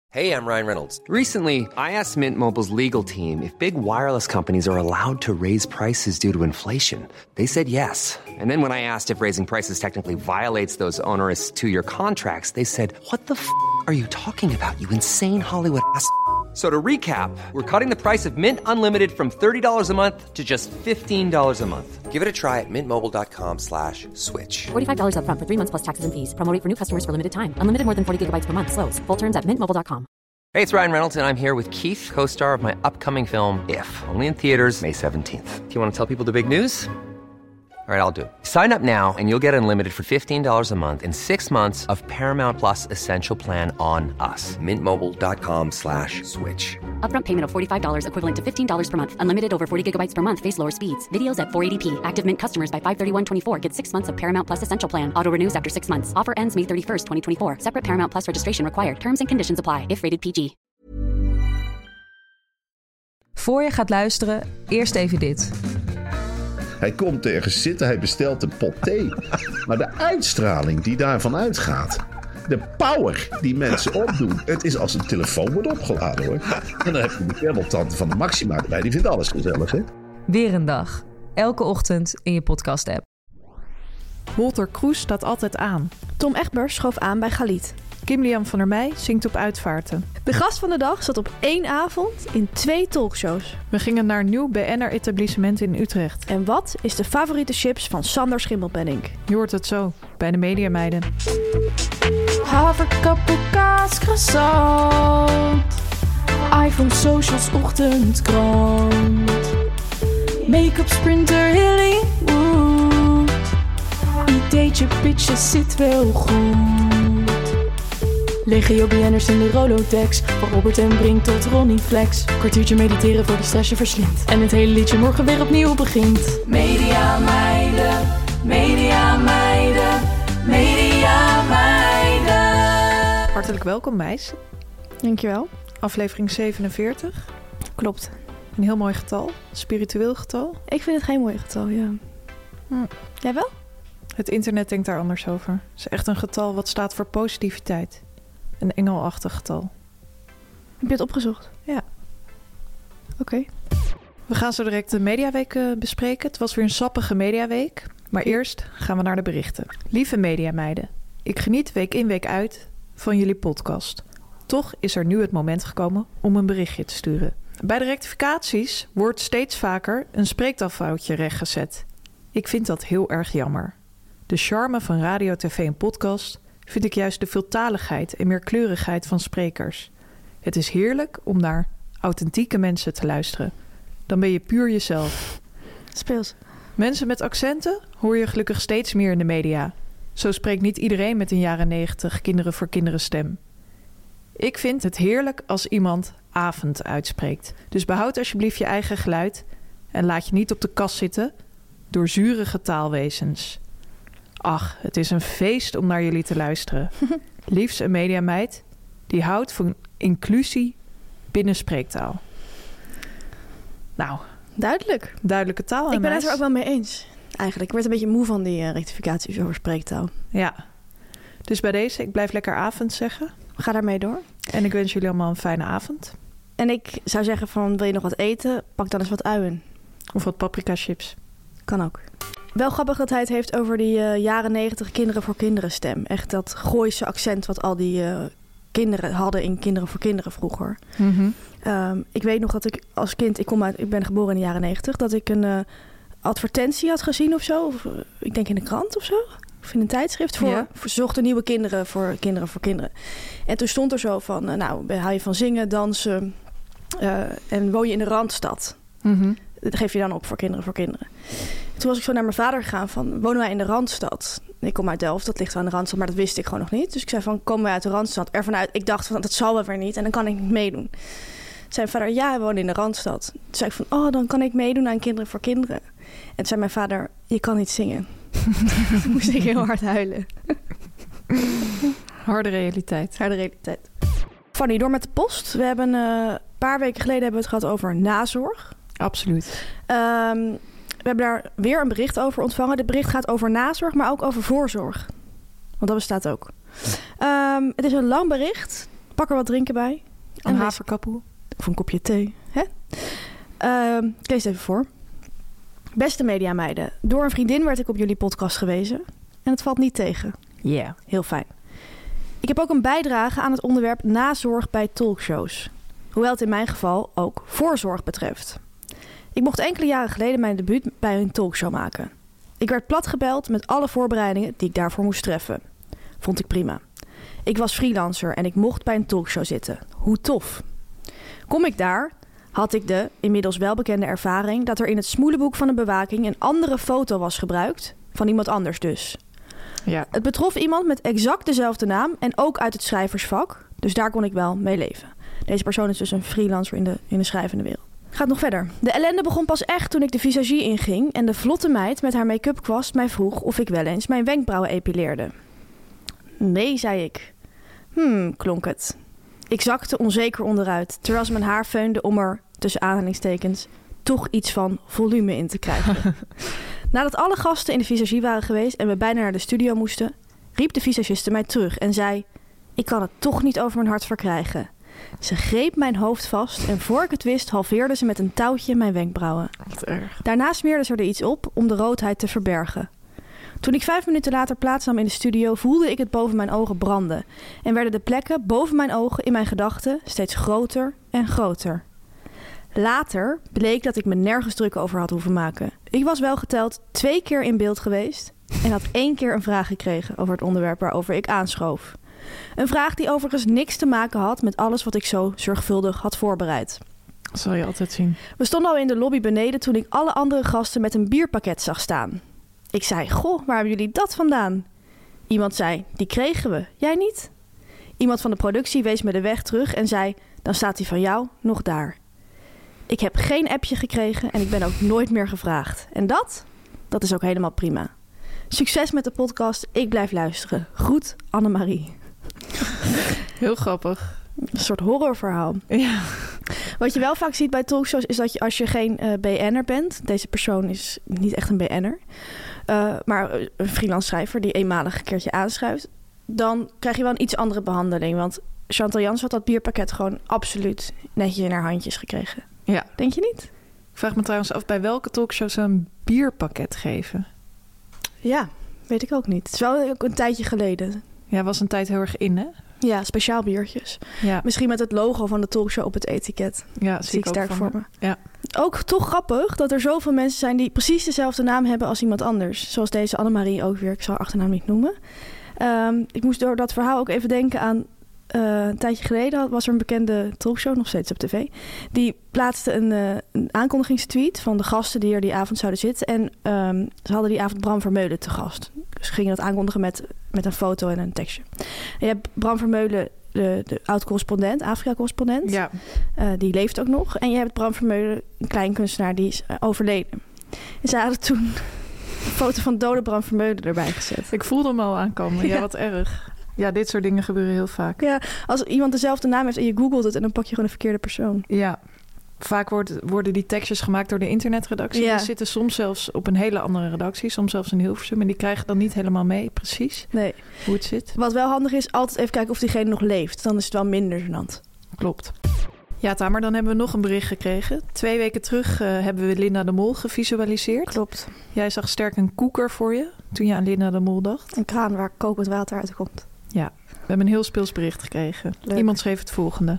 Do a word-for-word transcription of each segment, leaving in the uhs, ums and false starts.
Hey, I'm Ryan Reynolds. Recently, I asked Mint Mobile's legal team if big wireless companies are allowed to raise prices due to inflation. They said yes. And then when I asked if raising prices technically violates those onerous two-year contracts, they said, what the f*** are you talking about, you insane Hollywood ass f- So to recap, we're cutting the price of Mint Unlimited from thirty dollars a month to just fifteen dollars a month. Give it a try at mintmobile.com slash switch. forty-five dollars up front for three months plus taxes and fees. Promo rate for new customers for limited time. Unlimited more than forty gigabytes per month. Slows full terms at mint mobile dot com. Hey, it's Ryan Reynolds, and I'm here with Keith, co-star of my upcoming film, If, only in theaters May seventeenth. Do you want to tell people the big news? All right, I'll do it. Sign up now and you'll get unlimited for fifteen dollars a month and six months of Paramount Plus Essential Plan on us. mintmobile.com slash switch. Upfront payment of forty-five dollars equivalent to fifteen dollars per month. Unlimited over forty gigabytes per month. Face lower speeds. Videos at four eighty p. Active Mint customers by five thirty-one twenty-four get six months of Paramount Plus Essential Plan. Auto renews after six months. Offer ends May thirty-first, twenty twenty-four. Separate Paramount Plus registration required. Terms and conditions apply if rated P G. Voor je gaat luisteren, eerst even dit. Hij komt ergens zitten, hij bestelt een pot thee. Maar de uitstraling die daarvan uitgaat, de power die mensen opdoen, het is als een telefoon wordt opgeladen, hoor. En dan heb je de kebbeltante van de Maxima erbij, die vindt alles gezellig, hè? Weer een dag. Elke ochtend in je podcast-app. Walter Kroes staat altijd aan. Tom Egbers schoof aan bij Galit. Kim-Lian van der Meij zingt op uitvaarten. De gast van de dag zat op één avond in twee talkshows. We gingen naar een nieuw B N R-etablissement in Utrecht. En wat is de favoriete chips van Sander Schimmelpenninck? Je hoort het zo, bij de Mediameiden. Haverkappel, kaas, croissant. iPhone, socials, ochtendkrant. Make-up, sprinter, Hollywood. Ideetje, pitches, zit wel goed. Legio B N'ers in de Rolodex. Van Robert en Brink tot Ronnie Flex. Kwartiertje mediteren voor de stress je verslindt. En het hele liedje morgen weer opnieuw begint. Media meiden, media meiden, media meiden. Hartelijk welkom, meis. Dankjewel. Aflevering zevenenveertig. Klopt. Een heel mooi getal. Spiritueel getal. Ik vind het geen mooi getal, ja. Hm. Jij wel? Het internet denkt daar anders over. Het is echt een getal wat staat voor positiviteit. Een engelachtig getal. Heb je het opgezocht? Ja. Oké. Okay. We gaan zo direct de Mediaweek uh, bespreken. Het was weer een sappige Mediaweek. Maar eerst gaan we naar de berichten. Lieve Mediameiden, ik geniet week in week uit van jullie podcast. Toch is er nu het moment gekomen om een berichtje te sturen. Bij de rectificaties wordt steeds vaker een spreektaalfoutje rechtgezet. Ik vind dat heel erg jammer. De charme van radio, tv en podcast vind ik juist de veeltaligheid en meerkleurigheid van sprekers. Het is heerlijk om naar authentieke mensen te luisteren. Dan ben je puur jezelf. Speels. Mensen met accenten hoor je gelukkig steeds meer in de media. Zo spreekt niet iedereen met een jaren negentig kinderen voor kinderen stem. Ik vind het heerlijk als iemand avond uitspreekt. Dus behoud alsjeblieft je eigen geluid en laat je niet op de kast zitten door zurige taalwezens. Ach, het is een feest om naar jullie te luisteren. Liefst een mediameid die houdt van inclusie binnen spreektaal. Nou, duidelijk. Duidelijke taal. Ik ben het er ook wel mee eens. Eigenlijk, ik werd een beetje moe van die uh, rectificaties over spreektaal. Ja. Dus bij deze, ik blijf lekker avond zeggen. Ga daarmee door. En ik wens jullie allemaal een fijne avond. En ik zou zeggen van, wil je nog wat eten? Pak dan eens wat uien. Of wat paprika chips. Kan ook. Wel grappig dat hij het heeft over die uh, jaren negentig kinderen voor kinderen stem. Echt dat Gooise accent wat al die uh, kinderen hadden in Kinderen voor Kinderen vroeger. Mm-hmm. Um, ik weet nog dat ik als kind, ik, kom uit, ik ben geboren in de jaren negentig, dat ik een uh, advertentie had gezien of zo. Of, uh, ik denk in de krant of zo. Of in een tijdschrift. Voor, ja. voor zochten nieuwe kinderen voor Kinderen voor Kinderen. En toen stond er zo van, uh, nou, hou je van zingen, dansen uh, en woon je in de Randstad. Mm-hmm. Dat geef je dan op voor Kinderen voor Kinderen. Toen was ik zo naar mijn vader gegaan van, wonen wij in de Randstad? Ik kom uit Delft, dat ligt aan de Randstad, maar dat wist ik gewoon nog niet. Dus ik zei van, komen wij uit de Randstad? Ervan uit, ik dacht van, dat zal wel weer niet en dan kan ik niet meedoen. Toen zei mijn vader, ja, we wonen in de Randstad. Toen zei ik van, oh, dan kan ik meedoen aan Kinderen voor Kinderen. En toen zei mijn vader, je kan niet zingen. Toen moest ik heel hard huilen. Harde realiteit. Harde realiteit. Fanny, door met de post. We hebben uh, een paar weken geleden hebben we het gehad over nazorg. Absoluut. Um, we hebben daar weer een bericht over ontvangen. Dit bericht gaat over nazorg, maar ook over voorzorg. Want dat bestaat ook. Um, het is een lang bericht. Een pak er wat drinken bij. Een haverkapoe. Of een kopje thee. Hè? Uh, ik lees het even voor. Beste mediameiden, door een vriendin werd ik op jullie podcast gewezen. En het valt niet tegen. Ja. Yeah. Heel fijn. Ik heb ook een bijdrage aan het onderwerp nazorg bij talkshows. Hoewel het in mijn geval ook voorzorg betreft. Ik mocht enkele jaren geleden mijn debuut bij een talkshow maken. Ik werd platgebeld met alle voorbereidingen die ik daarvoor moest treffen. Vond ik prima. Ik was freelancer en ik mocht bij een talkshow zitten. Hoe tof. Kom ik daar, had ik de inmiddels welbekende ervaring dat er in het smoelenboek van de bewaking een andere foto was gebruikt, van iemand anders dus. Ja. Het betrof iemand met exact dezelfde naam en ook uit het schrijversvak, dus daar kon ik wel mee leven. Deze persoon is dus een freelancer in de, in de schrijvende wereld. Gaat nog verder. De ellende begon pas echt toen ik de visagie inging en de vlotte meid met haar make-up kwast mij vroeg of ik wel eens mijn wenkbrauwen epileerde. Nee, zei ik. Hmm, klonk het. Ik zakte onzeker onderuit, terwijl ze mijn haar feunde om er, tussen aanhalingstekens, toch iets van volume in te krijgen. Nadat alle gasten in de visagie waren geweest en we bijna naar de studio moesten, riep de visagiste mij terug en zei: ik kan het toch niet over mijn hart verkrijgen. Ze greep mijn hoofd vast en voor ik het wist halveerde ze met een touwtje mijn wenkbrauwen. Wat erg. Daarna smeerde ze er iets op om de roodheid te verbergen. Toen ik vijf minuten later plaatsnam in de studio, voelde ik het boven mijn ogen branden. En werden de plekken boven mijn ogen in mijn gedachten steeds groter en groter. Later bleek dat ik me nergens druk over had hoeven maken. Ik was wel geteld twee keer in beeld geweest en had één keer een vraag gekregen over het onderwerp waarover ik aanschoof. Een vraag die overigens niks te maken had met alles wat ik zo zorgvuldig had voorbereid. Dat zal je altijd zien. We stonden al in de lobby beneden toen ik alle andere gasten met een bierpakket zag staan. Ik zei: goh, waar hebben jullie dat vandaan? Iemand zei: die kregen we, jij niet? Iemand van de productie wees me de weg terug en zei: dan staat die van jou nog daar. Ik heb geen appje gekregen en ik ben ook nooit meer gevraagd. En dat, dat is ook helemaal prima. Succes met de podcast, ik blijf luisteren. Groet, Annemarie. Heel grappig. Een soort horrorverhaal. Ja. Wat je wel vaak ziet bij talkshows is dat je als je geen uh, B N'er bent... Deze persoon is niet echt een B N'er... Uh, maar een freelance schrijver die eenmalig een keertje aanschuift... dan krijg je wel een iets andere behandeling. Want Chantal Jans had dat bierpakket gewoon absoluut netjes in haar handjes gekregen. Ja. Denk je niet? Ik vraag me trouwens af bij welke talkshows ze een bierpakket geven. Ja, weet ik ook niet. Het is wel ook een tijdje geleden. Ja, was een tijd heel erg in, hè? Ja, speciaal biertjes. Ja. Misschien met het logo van de talkshow op het etiket. Ja, zie ik ook sterk voor me. me. Ja. Ook toch grappig dat er zoveel mensen zijn die precies dezelfde naam hebben als iemand anders. Zoals deze Annemarie ook weer. Ik zal haar achternaam niet noemen. Um, ik moest door dat verhaal ook even denken aan... Uh, een tijdje geleden was er een bekende talkshow, nog steeds op tv. Die plaatste een, uh, een aankondigingstweet van de gasten die er die avond zouden zitten. En um, ze hadden die avond Bram Vermeulen te gast. Dus ze gingen dat aankondigen met, met een foto en een tekstje. En je hebt Bram Vermeulen, de, de oud-correspondent, Afrika-correspondent. Ja. Uh, die leeft ook nog. En je hebt Bram Vermeulen, een klein kunstenaar, die is uh, overleden. En ze hadden toen een foto van dode Bram Vermeulen erbij gezet. Ik voelde hem al aankomen. Ja, Ja. wat erg. Ja, dit soort dingen gebeuren heel vaak. Ja, als iemand dezelfde naam heeft en je googelt het en dan pak je gewoon een verkeerde persoon. Ja, vaak wordt, worden die tekstjes gemaakt door de internetredactie. Ja. Die zitten soms zelfs op een hele andere redactie. Soms zelfs in Hilversum. En die krijgen dan niet helemaal mee, precies, Nee. hoe het zit. Wat wel handig is, altijd even kijken of diegene nog leeft. Dan is het wel minder gênant. Klopt. Ja, Tamer, dan hebben we nog een bericht gekregen. Twee weken terug uh, hebben we Linda de Mol gevisualiseerd. Klopt. Jij zag sterk een koeker voor je toen je aan Linda de Mol dacht. Een kraan waar kokend water uit komt. Ja, we hebben een heel speels bericht gekregen. Leuk. Iemand schreef het volgende.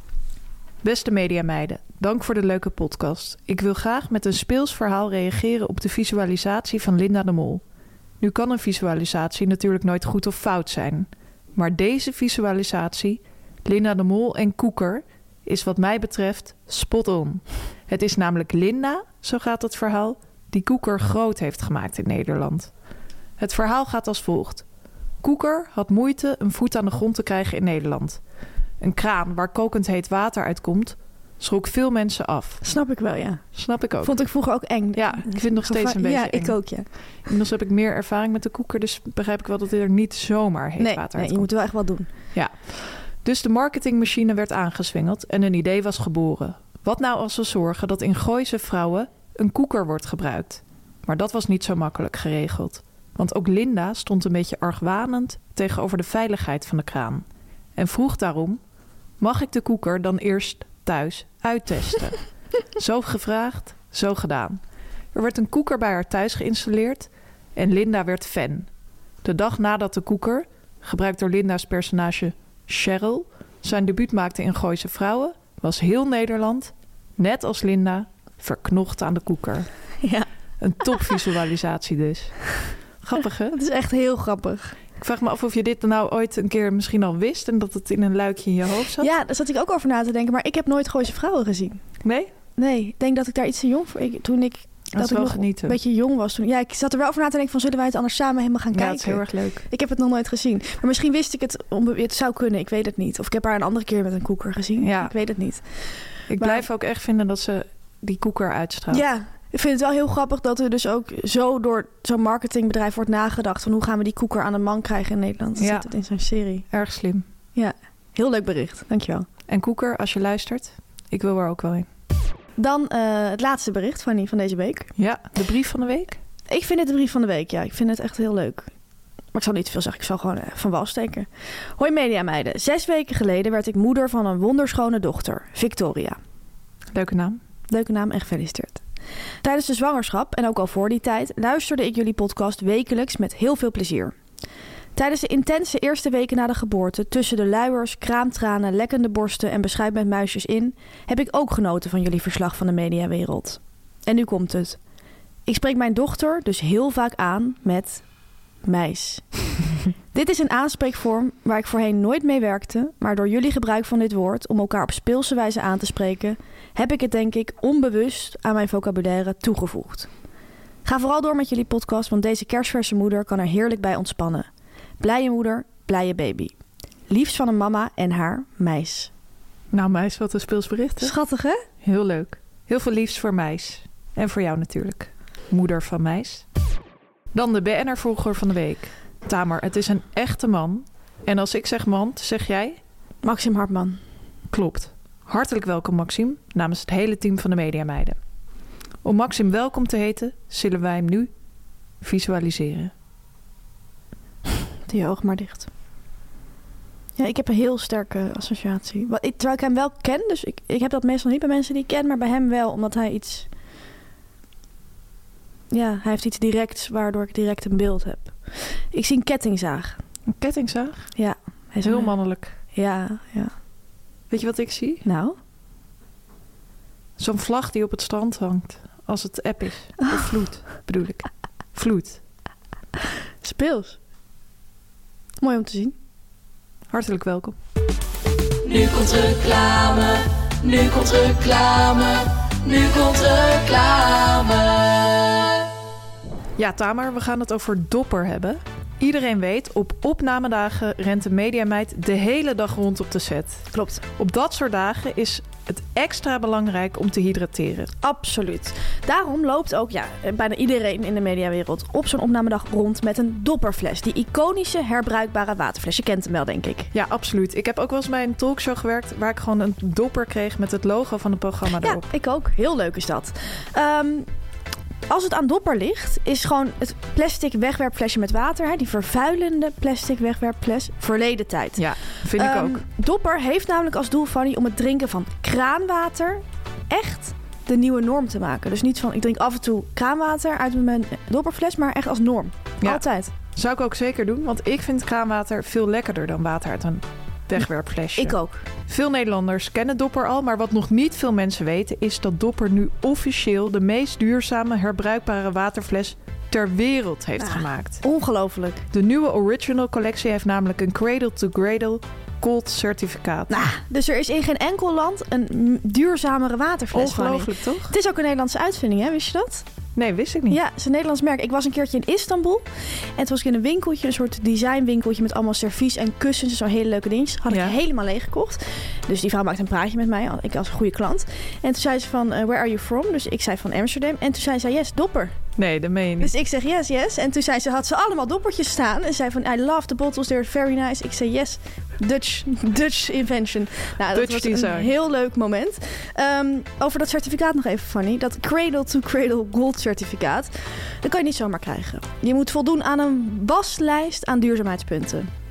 Beste mediameiden, dank voor de leuke podcast. Ik wil graag met een speels verhaal reageren op de visualisatie van Linda de Mol. Nu kan een visualisatie natuurlijk nooit goed of fout zijn. Maar deze visualisatie, Linda de Mol en koeker, is wat mij betreft spot on. Het is namelijk Linda, zo gaat het verhaal, die koeker groot heeft gemaakt in Nederland. Het verhaal gaat als volgt. Koeker had moeite een voet aan de grond te krijgen in Nederland. Een kraan waar kokend heet water uitkomt, schrok veel mensen af. Snap ik wel, ja. Snap ik ook. Vond ik vroeger ook eng. Ja, ik vind het nog steeds een beetje Ja, ik eng. ook, ja. Inmiddels heb ik meer ervaring met de koeker, dus begrijp ik wel dat dit er niet zomaar heet Nee, water nee, je uitkomt. moet wel echt wat doen. Ja. Dus de marketingmachine werd aangezwengeld en een idee was geboren. Wat nou als we zorgen dat in Gooise vrouwen een koeker wordt gebruikt? Maar dat was niet zo makkelijk geregeld. Want ook Linda stond een beetje argwanend tegenover de veiligheid van de kraan. En vroeg daarom, Mag ik de koeker dan eerst thuis uittesten? Zo gevraagd, zo gedaan. Er werd een koeker bij haar thuis geïnstalleerd en Linda werd fan. De dag nadat de koeker, gebruikt door Linda's personage Cheryl, zijn debuut maakte in Gooise Vrouwen, was heel Nederland, net als Linda, verknocht aan de koeker. Ja. Een topvisualisatie dus. Grappig, hè? Het is echt heel grappig. Ik vraag me af of je dit nou ooit een keer misschien al wist en dat het in een luikje in je hoofd zat. Ja, daar zat ik ook over na te denken. Maar ik heb nooit Gooise Vrouwen gezien. Nee? Nee, ik denk dat ik daar iets te jong voor... Ik, toen ik, dat, dat ik wel nog genieten. een beetje jong was. Toen, ja, ik zat er wel over na te denken van... zullen wij het anders samen helemaal gaan ja, kijken? Ja, het is heel erg leuk. Ik heb het nog nooit gezien. Maar misschien wist ik het... Onbe- het zou kunnen, ik weet het niet. Of ik heb haar een andere keer met een koeker gezien. Ja. Ik weet het niet. Ik maar, blijf ook echt vinden dat ze die koeker uitstraalt. Ja, ik vind het wel heel grappig dat er dus ook zo door zo'n marketingbedrijf wordt nagedacht... van hoe gaan we die koeker aan de man krijgen in Nederland. Dat ja. zit het in zo'n serie. Erg slim. Ja, heel leuk bericht. Dankjewel. En koeker, als je luistert, ik wil er ook wel in. Dan uh, het laatste bericht, Fanny, van deze week. Ja, de brief van de week. Ik vind het de brief van de week, ja. Ik vind het echt heel leuk. Maar ik zal niet te veel zeggen. Ik zal gewoon uh, van wal steken. Hoi mediameiden. Zes weken geleden werd ik moeder van een wonderschone dochter, Victoria. Leuke naam. Leuke naam en gefeliciteerd. Tijdens de zwangerschap en ook al voor die tijd luisterde ik jullie podcast wekelijks met heel veel plezier. Tijdens de intense eerste weken na de geboorte, tussen de luiers, kraamtranen, lekkende borsten en beschuit met muisjes in, heb ik ook genoten van jullie verslag van de mediawereld. En nu komt het. Ik spreek mijn dochter dus heel vaak aan met meis. Dit is een aanspreekvorm waar ik voorheen nooit mee werkte, maar door jullie gebruik van dit woord om elkaar op speelse wijze aan te spreken, heb ik het denk ik onbewust aan mijn vocabulaire toegevoegd. Ga vooral door met jullie podcast, want deze kerstverse moeder kan er heerlijk bij ontspannen. Blije moeder, blije baby. Liefst van een mama en haar meis. Nou meis, wat een speels bericht. Hè? Schattig hè? Heel leuk. Heel veel liefst voor meis. En voor jou natuurlijk. Moeder van meis. Dan de B N R-volger van de week. Tamer, het is een echte man. En als ik zeg man, zeg jij? Maxim Hartman. Klopt. Hartelijk welkom Maxim, namens het hele team van de Mediameiden. Om Maxim welkom te heten, zullen wij hem nu visualiseren. Doe je ogen maar dicht. Ja, ik heb een heel sterke associatie. Terwijl ik hem wel ken, dus ik, ik heb dat meestal niet bij mensen die ik ken, maar bij hem wel, omdat hij iets... Ja, hij heeft iets directs waardoor ik direct een beeld heb. Ik zie een kettingzaag. Een kettingzaag? Ja. Hij is heel een... mannelijk. Ja, ja. Weet je wat ik zie? Nou? Zo'n vlag die op het strand hangt. Als het eb is. Of vloed, bedoel ik. Vloed. Speels. Mooi om te zien. Hartelijk welkom. Nu komt reclame. Nu komt reclame. Nu komt reclame. Ja, Tamer, we gaan het over Dopper hebben. Iedereen weet, op opnamedagen rent de mediameid de hele dag rond op de set. Klopt. Op dat soort dagen is het extra belangrijk om te hydrateren. Absoluut. Daarom loopt ook ja, bijna iedereen in de mediawereld op zo'n opnamedag rond met een dopperfles. Die iconische herbruikbare waterfles. Je kent hem wel, denk ik. Ja, absoluut. Ik heb ook wel eens bij een talkshow gewerkt waar ik gewoon een dopper kreeg met het logo van het programma erop. Ja, ik ook. Heel leuk is dat. Um, Als het aan dopper ligt, is gewoon het plastic wegwerpflesje met water, hè, die vervuilende plastic wegwerpfles, verleden tijd. Ja, vind ik um, ook. Dopper heeft namelijk als doel, Fanny, om het drinken van kraanwater echt de nieuwe norm te maken. Dus niet van, ik drink af en toe kraanwater uit mijn dopperfles, maar echt als norm. Ja. Altijd. Zou ik ook zeker doen, want ik vind kraanwater veel lekkerder dan water uit een wegwerpflesje. Ik ook. Veel Nederlanders kennen Dopper al, maar wat nog niet veel mensen weten is dat Dopper nu officieel de meest duurzame herbruikbare waterfles ter wereld heeft ah, gemaakt. Ongelooflijk. De nieuwe Original collectie heeft namelijk een Cradle to Cradle Gold certificaat. Nou, dus er is in geen enkel land een duurzamere waterfles. Ongelooflijk, toch? Het is ook een Nederlandse uitvinding, hè? Wist je dat? Nee, wist ik niet. Ja, het is een Nederlands merk. Ik was een keertje in Istanbul. En toen was ik in een winkeltje, een soort designwinkeltje met allemaal servies en kussens. Zo'n hele leuke dingetjes. Had ik ja. helemaal leeg gekocht. Dus die vrouw maakte een praatje met mij. Ik als een goede klant. En toen zei ze van, uh, where are you from? Dus ik zei van Amsterdam. En toen zei ze, yes, Dopper. Nee, dat meen je niet. Dus ik zeg yes, yes. En toen zei ze, had ze allemaal doppertjes staan. En zei van, I love the bottles, they're very nice. Ik zei yes, Dutch, Dutch invention. Nou, dat Dutch was design. Een heel leuk moment. Um, over dat certificaat nog even, Fanny. Dat Cradle to Cradle Gold certificaat. Dat kan je niet zomaar krijgen. Je moet voldoen aan een waslijst aan duurzaamheidspunten.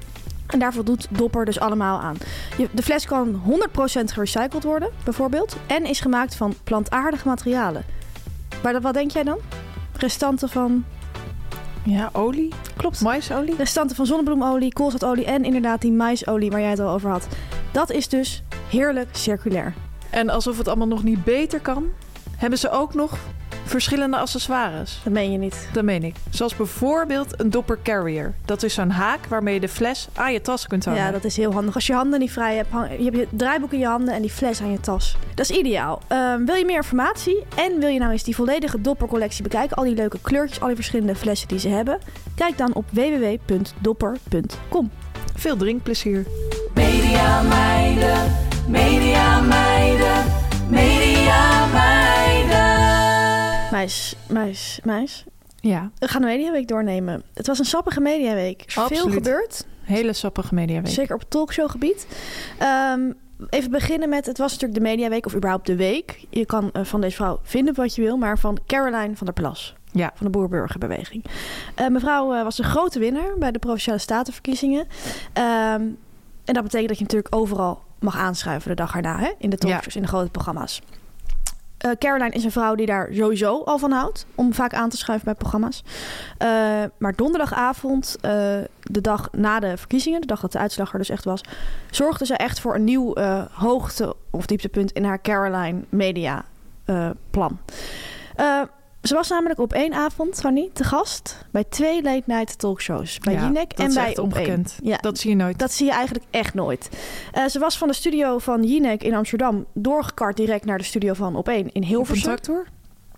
En daar voldoet Dopper dus allemaal aan. Je, de fles kan honderd procent gerecycled worden, bijvoorbeeld. En is gemaakt van plantaardige materialen. Maar wat denk jij dan? Restanten van... Ja, olie. Klopt. Maisolie. Restanten van zonnebloemolie, koolzaadolie en inderdaad die maisolie waar jij het al over had. Dat is dus heerlijk circulair. En alsof het allemaal nog niet beter kan, hebben ze ook nog verschillende accessoires. Dat meen je niet. Dat meen ik. Zoals bijvoorbeeld een Dopper Carrier. Dat is zo'n haak waarmee je de fles aan je tas kunt hangen. Ja, dat is heel handig. Als je handen niet vrij hebt, hang, je hebt je draaiboek in je handen en die fles aan je tas. Dat is ideaal. Uh, wil je meer informatie en wil je nou eens die volledige Dopper collectie bekijken, al die leuke kleurtjes, al die verschillende flessen die ze hebben, kijk dan op w w w punt dopper punt com. Veel drinkplezier. Media meiden, media meiden, media meiden. Meis, meis, meis. Ja. We gaan de Mediaweek doornemen. Het was een sappige Mediaweek. Er is Absoluut. veel gebeurd. Hele sappige Mediaweek. Zeker op talkshowgebied. Um, even beginnen met, het was natuurlijk de Mediaweek of überhaupt de week. Je kan uh, van deze vrouw vinden wat je wil, maar van Caroline van der Plas. Ja. Van de Boer-Burgerbeweging. Uh, mevrouw uh, was de grote winnaar bij de Provinciale Statenverkiezingen. Um, en dat betekent dat je natuurlijk overal mag aanschuiven de dag erna, hè? In de talkshows, ja. In de grote programma's. Uh, Caroline is een vrouw die daar sowieso al van houdt, om vaak aan te schuiven bij programma's. Uh, maar donderdagavond, uh, de dag na de verkiezingen, de dag dat de uitslag er dus echt was, zorgde ze echt voor een nieuw uh, hoogte- of dieptepunt in haar Caroline Media uh, plan. Uh, Ze was namelijk op één avond, Fanny, te gast bij twee late night talkshows. Bij ja, Jinek en bij Op één. Ja, dat zie je nooit. Dat zie je eigenlijk echt nooit. Uh, ze was van de studio van Jinek in Amsterdam doorgekart direct naar de studio van Op één in Hilversum. Op een tractor?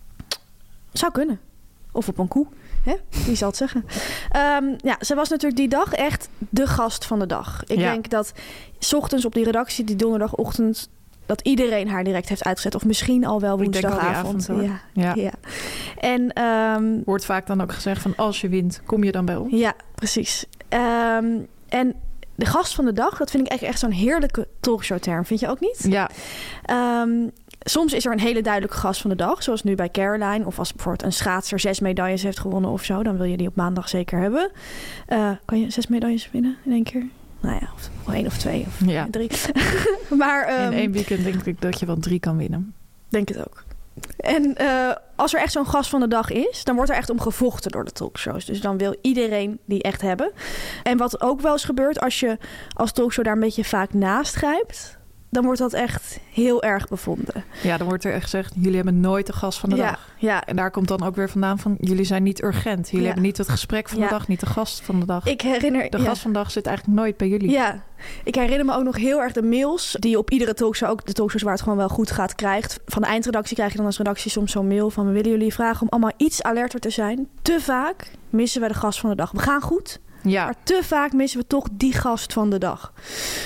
Zou kunnen. Of op een koe. Hè? Wie zal het zeggen? Um, ja, ze was natuurlijk die dag echt de gast van de dag. Ik ja. denk dat 's ochtends op die redactie, die donderdagochtend, dat iedereen haar direct heeft uitgezet. Of misschien al wel woensdagavond. Ja. Ja. Ja. En um, wordt vaak dan ook gezegd van als je wint, kom je dan bij ons? Ja, precies. Um, en de gast van de dag, dat vind ik echt, echt zo'n heerlijke talkshowterm. Vind je ook niet? Ja. Um, soms is er een hele duidelijke gast van de dag. Zoals nu bij Caroline. Of als bijvoorbeeld een schaatser zes medailles heeft gewonnen of zo. Dan wil je die op maandag zeker hebben. Uh, kan je zes medailles winnen in één keer? Nou ja, of één of twee of ja. drie. maar, um, in één weekend denk ik dat je wel drie kan winnen. Denk het ook. En uh, als er echt zo'n gast van de dag is, dan wordt er echt om gevochten door de talkshows. Dus dan wil iedereen die echt hebben. En wat ook wel eens gebeurt, als je als talkshow daar een beetje vaak naast grijpt, dan wordt dat echt heel erg bevonden. Ja, dan wordt er echt gezegd, jullie hebben nooit de gast van de ja, dag. Ja. En daar komt dan ook weer vandaan van, jullie zijn niet urgent. Jullie ja. hebben niet het gesprek van de ja. dag, niet de gast van de dag. Ik herinner, de ja. gast van de dag zit eigenlijk nooit bij jullie. Ja, ik herinner me ook nog heel erg de mails die je op iedere talkshow, ook de talkshows waar het gewoon wel goed gaat, krijgt. Van de eindredactie krijg je dan als redactie soms zo'n mail van, we willen jullie vragen om allemaal iets alerter te zijn. Te vaak missen we de gast van de dag. We gaan goed, ja. maar te vaak missen we toch die gast van de dag.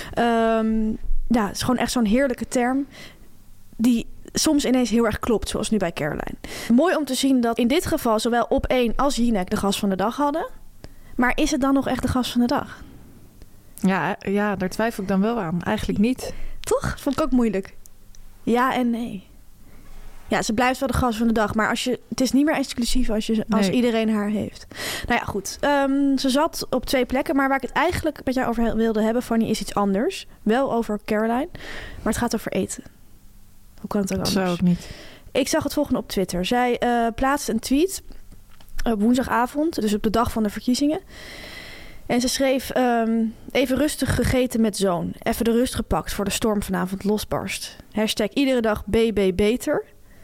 Um, Ja, het is gewoon echt zo'n heerlijke term die soms ineens heel erg klopt, zoals nu bij Caroline. Mooi om te zien dat in dit geval zowel Op één als Jinek de gast van de dag hadden. Maar is het dan nog echt de gast van de dag? Ja, ja, daar twijfel ik dan wel aan. Eigenlijk niet. Toch? Vond ik ook moeilijk. Ja en nee. Ja, ze blijft wel de gast van de dag. Maar als je, het is niet meer exclusief als, je, als nee. iedereen haar heeft. Nou ja, goed. Um, ze zat op twee plekken. Maar waar ik het eigenlijk met jou over wilde hebben, Fanny, is iets anders. Wel over Caroline. Maar het gaat over eten. Hoe kan het ook anders? Zo ook niet. Ik zag het volgende op Twitter. Zij uh, plaatste een tweet op woensdagavond. Dus op de dag van de verkiezingen. En ze schreef, um, even rustig gegeten met zoon. Even de rust gepakt voor de storm vanavond losbarst. Hashtag iedere dag B B beter.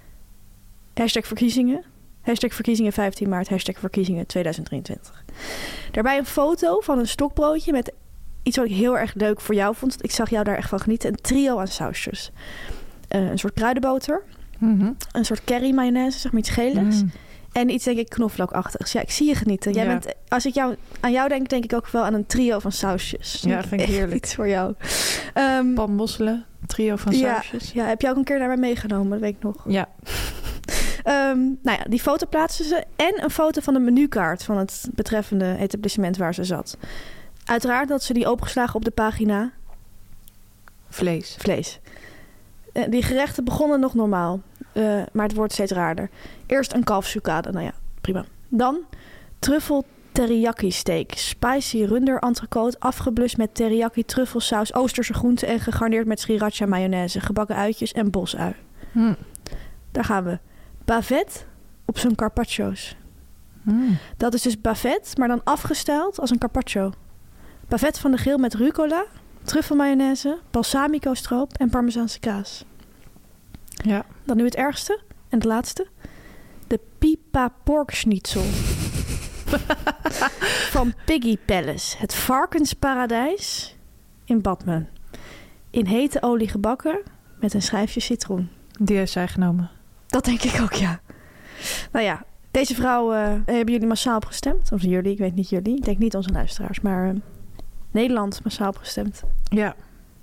Hashtag verkiezingen. Hashtag verkiezingen vijftien maart. Hashtag verkiezingen tweeduizend drieëntwintig. Daarbij een foto van een stokbroodje met iets wat ik heel erg leuk voor jou vond. Ik zag jou daar echt van genieten. Een trio aan sausjes. Uh, een soort kruidenboter. Mm-hmm. Een soort curry mayonaise, zeg maar iets geligs. Mm. En iets, denk ik, knoflookachtigs. Ja, ik zie je genieten. Jij ja. bent, als ik jou, aan jou denk, denk ik ook wel aan een trio van sausjes. Ja, vind ik heerlijk. Iets voor jou. Um, Panmosselen, trio van sausjes. Ja, ja, heb je ook een keer naar mij meegenomen, dat weet ik nog. Ja. Um, nou ja, die foto plaatsen ze. En een foto van de menukaart van het betreffende etablissement waar ze zat. Uiteraard had ze die opengeslagen op de pagina. Vlees. Vlees. Uh, die gerechten begonnen nog normaal. Uh, maar het wordt steeds raarder. Eerst een kalfsucade. Nou ja, prima. Dan truffel teriyaki steak. Spicy runder entrecote, afgeblust met teriyaki truffelsaus, Oosterse groenten en gegarneerd met sriracha mayonaise, gebakken uitjes en bosui. Hmm. Daar gaan we. Bavet op zijn carpaccio's. Hmm. Dat is dus bavet, maar dan afgesteld als een carpaccio. Bavet van de grill met rucola, truffelmayonaise, balsamico stroop en parmezaanse kaas. Ja. Dan nu het ergste en het laatste. De pipa pork schnitzel. Van Piggy Palace. Het varkensparadijs in Badmen. In hete olie gebakken met een schijfje citroen. Die heeft zij genomen. Dat denk ik ook, ja. Nou ja, deze vrouw uh, hebben jullie massaal op gestemd. Of jullie, ik weet niet jullie. Ik denk niet onze luisteraars, maar uh, Nederland massaal op gestemd. Ja.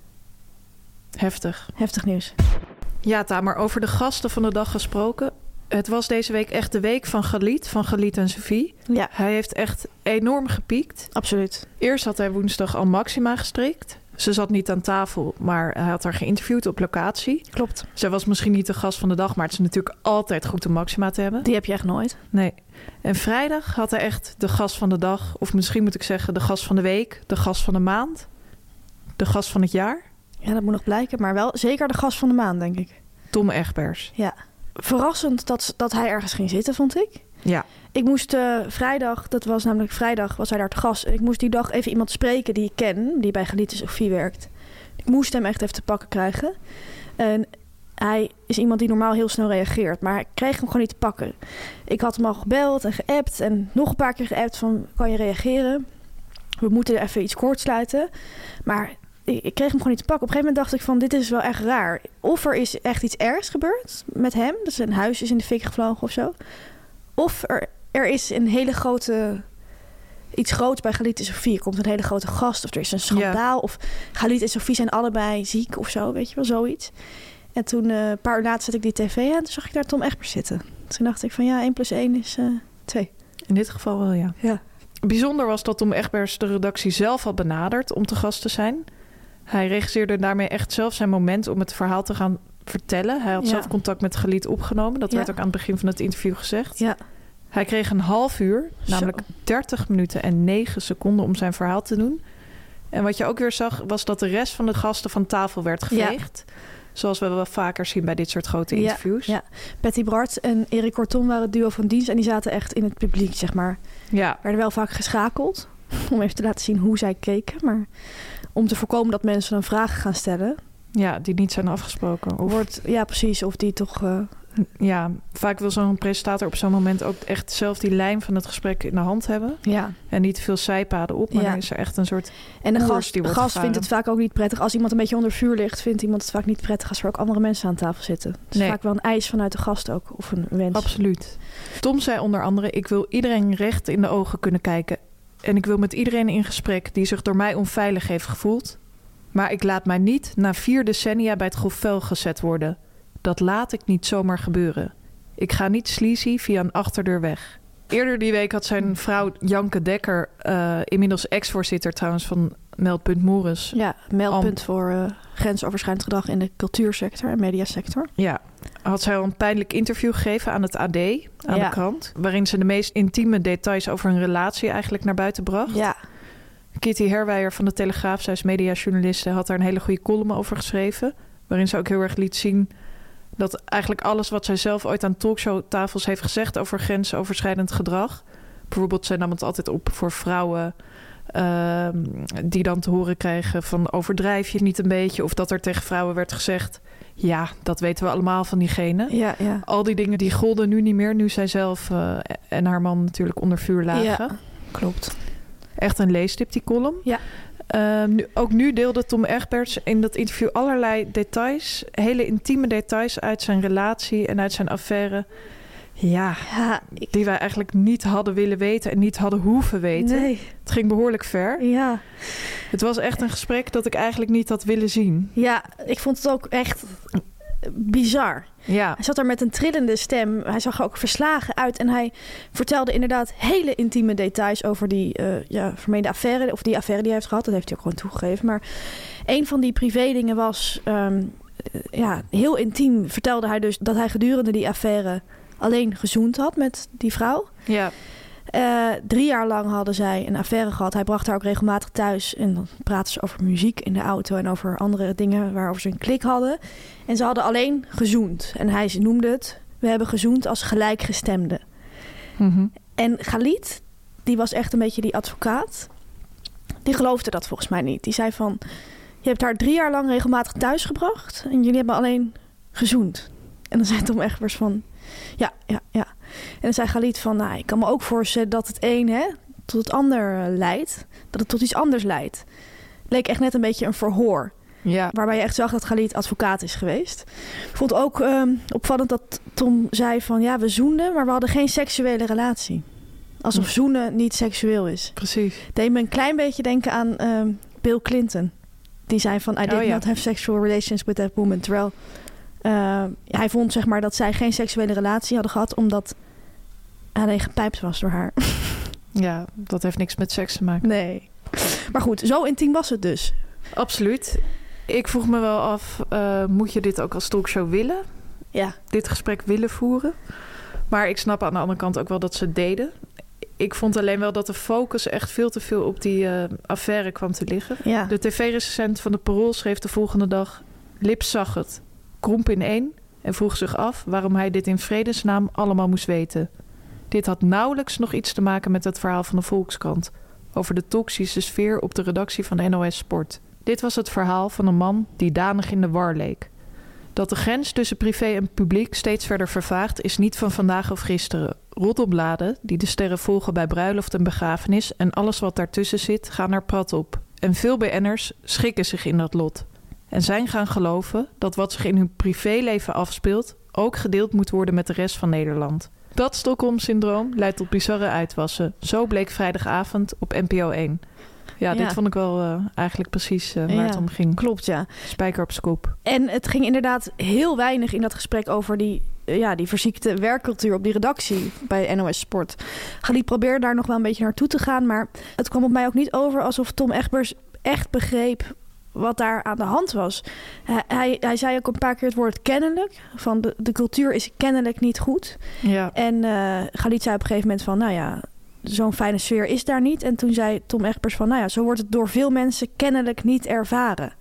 Heftig. Heftig nieuws. Ja, Tamer, over de gasten van de dag gesproken. Het was deze week echt de week van Galit, van Galit en Sophie. Ja. Hij heeft echt enorm gepiekt. Absoluut. Eerst had hij woensdag al Maxima gestrikt. Ze zat niet aan tafel, maar hij had haar geïnterviewd op locatie. Klopt. Zij was misschien niet de gast van de dag, maar het is natuurlijk altijd goed om Maxima te hebben. Die heb je echt nooit. Nee. En vrijdag had hij echt de gast van de dag, of misschien moet ik zeggen de gast van de week, de gast van de maand, de gast van het jaar. Ja, dat moet nog blijken, maar wel zeker de gast van de maand, denk ik. Tom Egbers. Ja. Verrassend dat, dat hij ergens ging zitten, vond ik. Ja. Ik moest uh, vrijdag, dat was namelijk vrijdag, was hij daar te gast. En ik moest die dag even iemand spreken die ik ken, die bij Galit en Sophie werkt. Ik moest hem echt even te pakken krijgen. En hij is iemand die normaal heel snel reageert, maar ik kreeg hem gewoon niet te pakken. Ik had hem al gebeld en geappt en nog een paar keer geappt van, kan je reageren? We moeten even iets kortsluiten. Maar ik, ik kreeg hem gewoon niet te pakken. Op een gegeven moment dacht ik van, dit is wel echt raar. Of er is echt iets ergs gebeurd met hem, dus zijn huis is in de fik gevlogen of zo. Of er, er is een hele grote, iets groots bij Galit en Sophie. Er komt een hele grote gast of er is een schandaal. Ja. Of Galit en Sophie zijn allebei ziek of zo, weet je wel, zoiets. En toen, uh, een paar uur later zette ik die tv aan. Toen zag ik daar Tom Egbers zitten. Toen dacht ik van ja, één plus één is uh, twee. In dit geval wel, ja. ja. Bijzonder was dat Tom Egbers de redactie zelf had benaderd om te gast te zijn. Hij regisseerde daarmee echt zelf zijn moment om het verhaal te gaan vertellen. Hij had ja. zelf contact met Galit opgenomen. Dat ja. werd ook aan het begin van het interview gezegd. Ja. Hij kreeg een half uur, namelijk Zo. dertig minuten en negen seconden om zijn verhaal te doen. En wat je ook weer zag, was dat de rest van de gasten van tafel werd geveegd. Ja. Zoals we wel vaker zien bij dit soort grote interviews. Ja, ja. Patty Bart en Erik Kortom waren het duo van dienst. En die zaten echt in het publiek, zeg maar. Ja. Werden wel vaak geschakeld. Om even te laten zien hoe zij keken. Maar om te voorkomen dat mensen dan vragen gaan stellen. Ja, die niet zijn afgesproken. Of... Wordt, ja, precies. Of die toch... Uh... Ja, vaak wil zo'n presentator op zo'n moment ook echt zelf die lijn van het gesprek in de hand hebben. Ja. En niet veel zijpaden op, maar ja. dan is er echt een soort En de gast, gast, gast vindt het vaak ook niet prettig. Als iemand een beetje onder vuur ligt, vindt iemand het vaak niet prettig als er ook andere mensen aan tafel zitten. Dus nee. vaak wel een eis vanuit de gast ook, of een wens. Absoluut. Tom zei onder andere, ik wil iedereen recht in de ogen kunnen kijken. En ik wil met iedereen in gesprek die zich door mij onveilig heeft gevoeld. Maar ik laat mij niet na vier decennia bij het grof vuil gezet worden. Dat laat ik niet zomaar gebeuren. Ik ga niet sleazy via een achterdeur weg. Eerder die week had zijn vrouw Janke Dekker, uh, inmiddels ex-voorzitter trouwens van Meldpunt Moeres. Ja, meldpunt Am- voor uh, grensoverschrijdend gedrag in de cultuursector en mediasector. Ja, had zij al een pijnlijk interview gegeven aan het A D, aan ja. de krant. Waarin ze de meest intieme details over een relatie eigenlijk naar buiten bracht. Ja. Kitty Herwijer van de Telegraaf, zij is mediajournaliste, had daar een hele goede column over geschreven. Waarin ze ook heel erg liet zien dat eigenlijk alles wat zij zelf ooit aan talkshowtafels heeft gezegd over grensoverschrijdend gedrag. Bijvoorbeeld, zij nam het altijd op voor vrouwen uh, die dan te horen krijgen van overdrijf je niet een beetje. Of dat er tegen vrouwen werd gezegd, ja, dat weten we allemaal van diegene. Ja, ja. Al die dingen die golden nu niet meer, nu zij zelf uh, en haar man natuurlijk onder vuur lagen. Ja, klopt. Echt een leestip, die column. Ja. Uh, nu, ook nu deelde Tom Egbers in dat interview allerlei details, hele intieme details uit zijn relatie en uit zijn affaire. Ja, ja ik... die wij eigenlijk niet hadden willen weten en niet hadden hoeven weten. Nee. Het ging behoorlijk ver. Ja. Het was echt een gesprek dat ik eigenlijk niet had willen zien. Ja, ik vond het ook echt bizar. Ja. Hij zat er met een trillende stem. Hij zag er ook verslagen uit. En hij vertelde inderdaad hele intieme details over die uh, ja, vermeende affaire. Of die affaire die hij heeft gehad. Dat heeft hij ook gewoon toegegeven. Maar een van die privé-dingen was... Um, ja, heel intiem vertelde hij dus dat hij gedurende die affaire alleen gezoend had met die vrouw. Ja. Uh, drie jaar lang hadden zij een affaire gehad. Hij bracht haar ook regelmatig thuis. En dan praten ze over muziek in de auto en over andere dingen waarover ze een klik hadden. En ze hadden alleen gezoend. En hij noemde het, we hebben gezoend als gelijkgestemden. Mm-hmm. En Khalid, die was echt een beetje die advocaat. Die geloofde dat volgens mij niet. Die zei van, je hebt haar drie jaar lang regelmatig thuis gebracht. En jullie hebben alleen gezoend. En dan zei Tom Egbers van, ja, ja, ja. En dan zei Khalid van, nou, ik kan me ook voorstellen dat het een hè, tot het ander leidt. Dat het tot iets anders leidt. Leek echt net een beetje een verhoor. Ja. Waarbij je echt zag dat Khalid advocaat is geweest. Ik vond ook um, opvallend dat Tom zei van, ja, we zoenden, maar we hadden geen seksuele relatie. Alsof hm. zoenen niet seksueel is. Precies. Deed me een klein beetje denken aan um, Bill Clinton. Die zei van, I did oh, ja. not have sexual relations with that woman. Terwijl uh, hij vond zeg maar dat zij geen seksuele relatie hadden gehad, omdat hij alleen gepijpt was door haar. Ja, dat heeft niks met seks te maken. Nee. Maar goed, zo intiem was het dus. Absoluut. Ik vroeg me wel af, uh, moet je dit ook als talkshow willen? Ja. Dit gesprek willen voeren? Maar ik snap aan de andere kant ook wel dat ze het deden. Ik vond alleen wel dat de focus echt veel te veel op die uh, affaire kwam te liggen. Ja. De tv-recensent van de Parool schreef de volgende dag, Lips zag het, kromp in één en vroeg zich af waarom hij dit in vredesnaam allemaal moest weten. Dit had nauwelijks nog iets te maken met het verhaal van de Volkskrant over de toxische sfeer op de redactie van N O S Sport. Dit was het verhaal van een man die danig in de war leek. Dat de grens tussen privé en publiek steeds verder vervaagt is niet van vandaag of gisteren. Roddelbladen die de sterren volgen bij bruiloft en begrafenis en alles wat daartussen zit gaan er prat op. En veel B N'ers schikken zich in dat lot. En zijn gaan geloven dat wat zich in hun privéleven afspeelt ook gedeeld moet worden met de rest van Nederland. Dat Stockholm-syndroom leidt tot bizarre uitwassen. Zo bleek vrijdagavond op N P O één. Ja, ja, dit vond ik wel uh, eigenlijk precies uh, waar ja, het om ging. Klopt, ja. Spijker op scoop. En het ging inderdaad heel weinig in dat gesprek over die, uh, ja, die verziekte werkcultuur op die redactie bij N O S Sport. Khalid probeerde daar nog wel een beetje naartoe te gaan, maar het kwam op mij ook niet over alsof Tom Egbers echt begreep wat daar aan de hand was. Hij, hij, hij zei ook een paar keer het woord kennelijk. Van de, de cultuur is kennelijk niet goed. Ja. En uh, Khalid zei op een gegeven moment van, nou ja, zo'n fijne sfeer is daar niet. En toen zei Tom Egbers van, nou ja, zo wordt het door veel mensen kennelijk niet ervaren.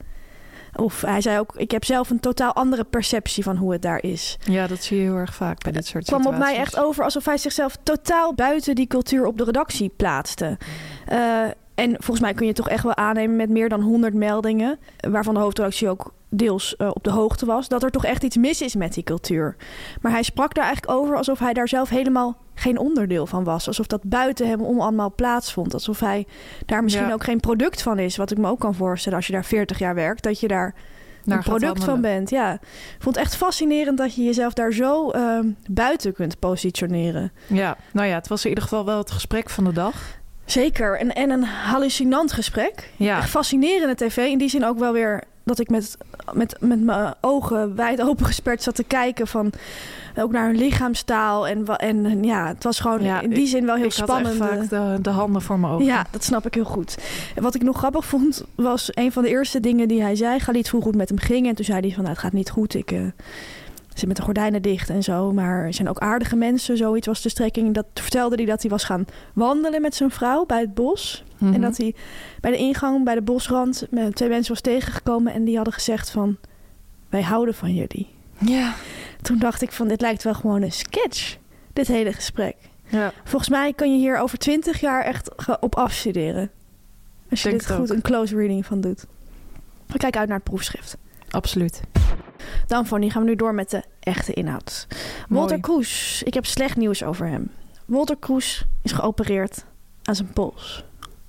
Of hij zei ook, ik heb zelf een totaal andere perceptie van hoe het daar is. Ja, dat zie je heel erg vaak bij dit soort situaties. Het kwam op mij echt over alsof hij zichzelf totaal buiten die cultuur op de redactie plaatste. Uh, en volgens mij kun je toch echt wel aannemen met meer dan honderd meldingen, waarvan de hoofdredactie ook deels uh, op de hoogte was, dat er toch echt iets mis is met die cultuur. Maar hij sprak daar eigenlijk over alsof hij daar zelf helemaal geen onderdeel van was. Alsof dat buiten hem om allemaal plaatsvond. Alsof hij daar misschien ja. ook geen product van is. Wat ik me ook kan voorstellen als je daar veertig jaar werkt, dat je daar Naar een product van bent. Ja. Ik vond het echt fascinerend dat je jezelf daar zo uh, buiten kunt positioneren. Ja, nou ja, het was in ieder geval wel het gesprek van de dag. Zeker. En, en een hallucinant gesprek. Ja. Echt fascinerende tv. In die zin ook wel weer dat ik met, met, met mijn ogen wijd open gesperd zat te kijken van ook naar hun lichaamstaal. En, en ja, het was gewoon ja, in die zin wel heel ik spannend. Ik had echt vaak de, de handen voor mijn ogen. Ja, dat snap ik heel goed. En wat ik nog grappig vond, was een van de eerste dingen die hij zei. Khalid vroeg hoe het met hem ging. En toen zei hij van, nou, het gaat niet goed. Ik uh, zit met de gordijnen dicht en zo. Maar er zijn ook aardige mensen. Zoiets was de strekking. Dat vertelde hij dat hij was gaan wandelen met zijn vrouw bij het bos. Mm-hmm. En dat hij bij de ingang, bij de bosrand, met twee mensen was tegengekomen. En die hadden gezegd van, wij houden van jullie. Ja. Toen dacht ik van, dit lijkt wel gewoon een sketch. Dit hele gesprek. Ja. Volgens mij kan je hier over twintig jaar echt op afstuderen. Als je Denk dit goed ook. een close reading van doet. We kijken uit naar het proefschrift. Absoluut. Dan, Fanny, gaan we nu door met de echte inhoud. Mooi. Walter Kroes. Ik heb slecht nieuws over hem. Walter Kroes is geopereerd aan zijn pols.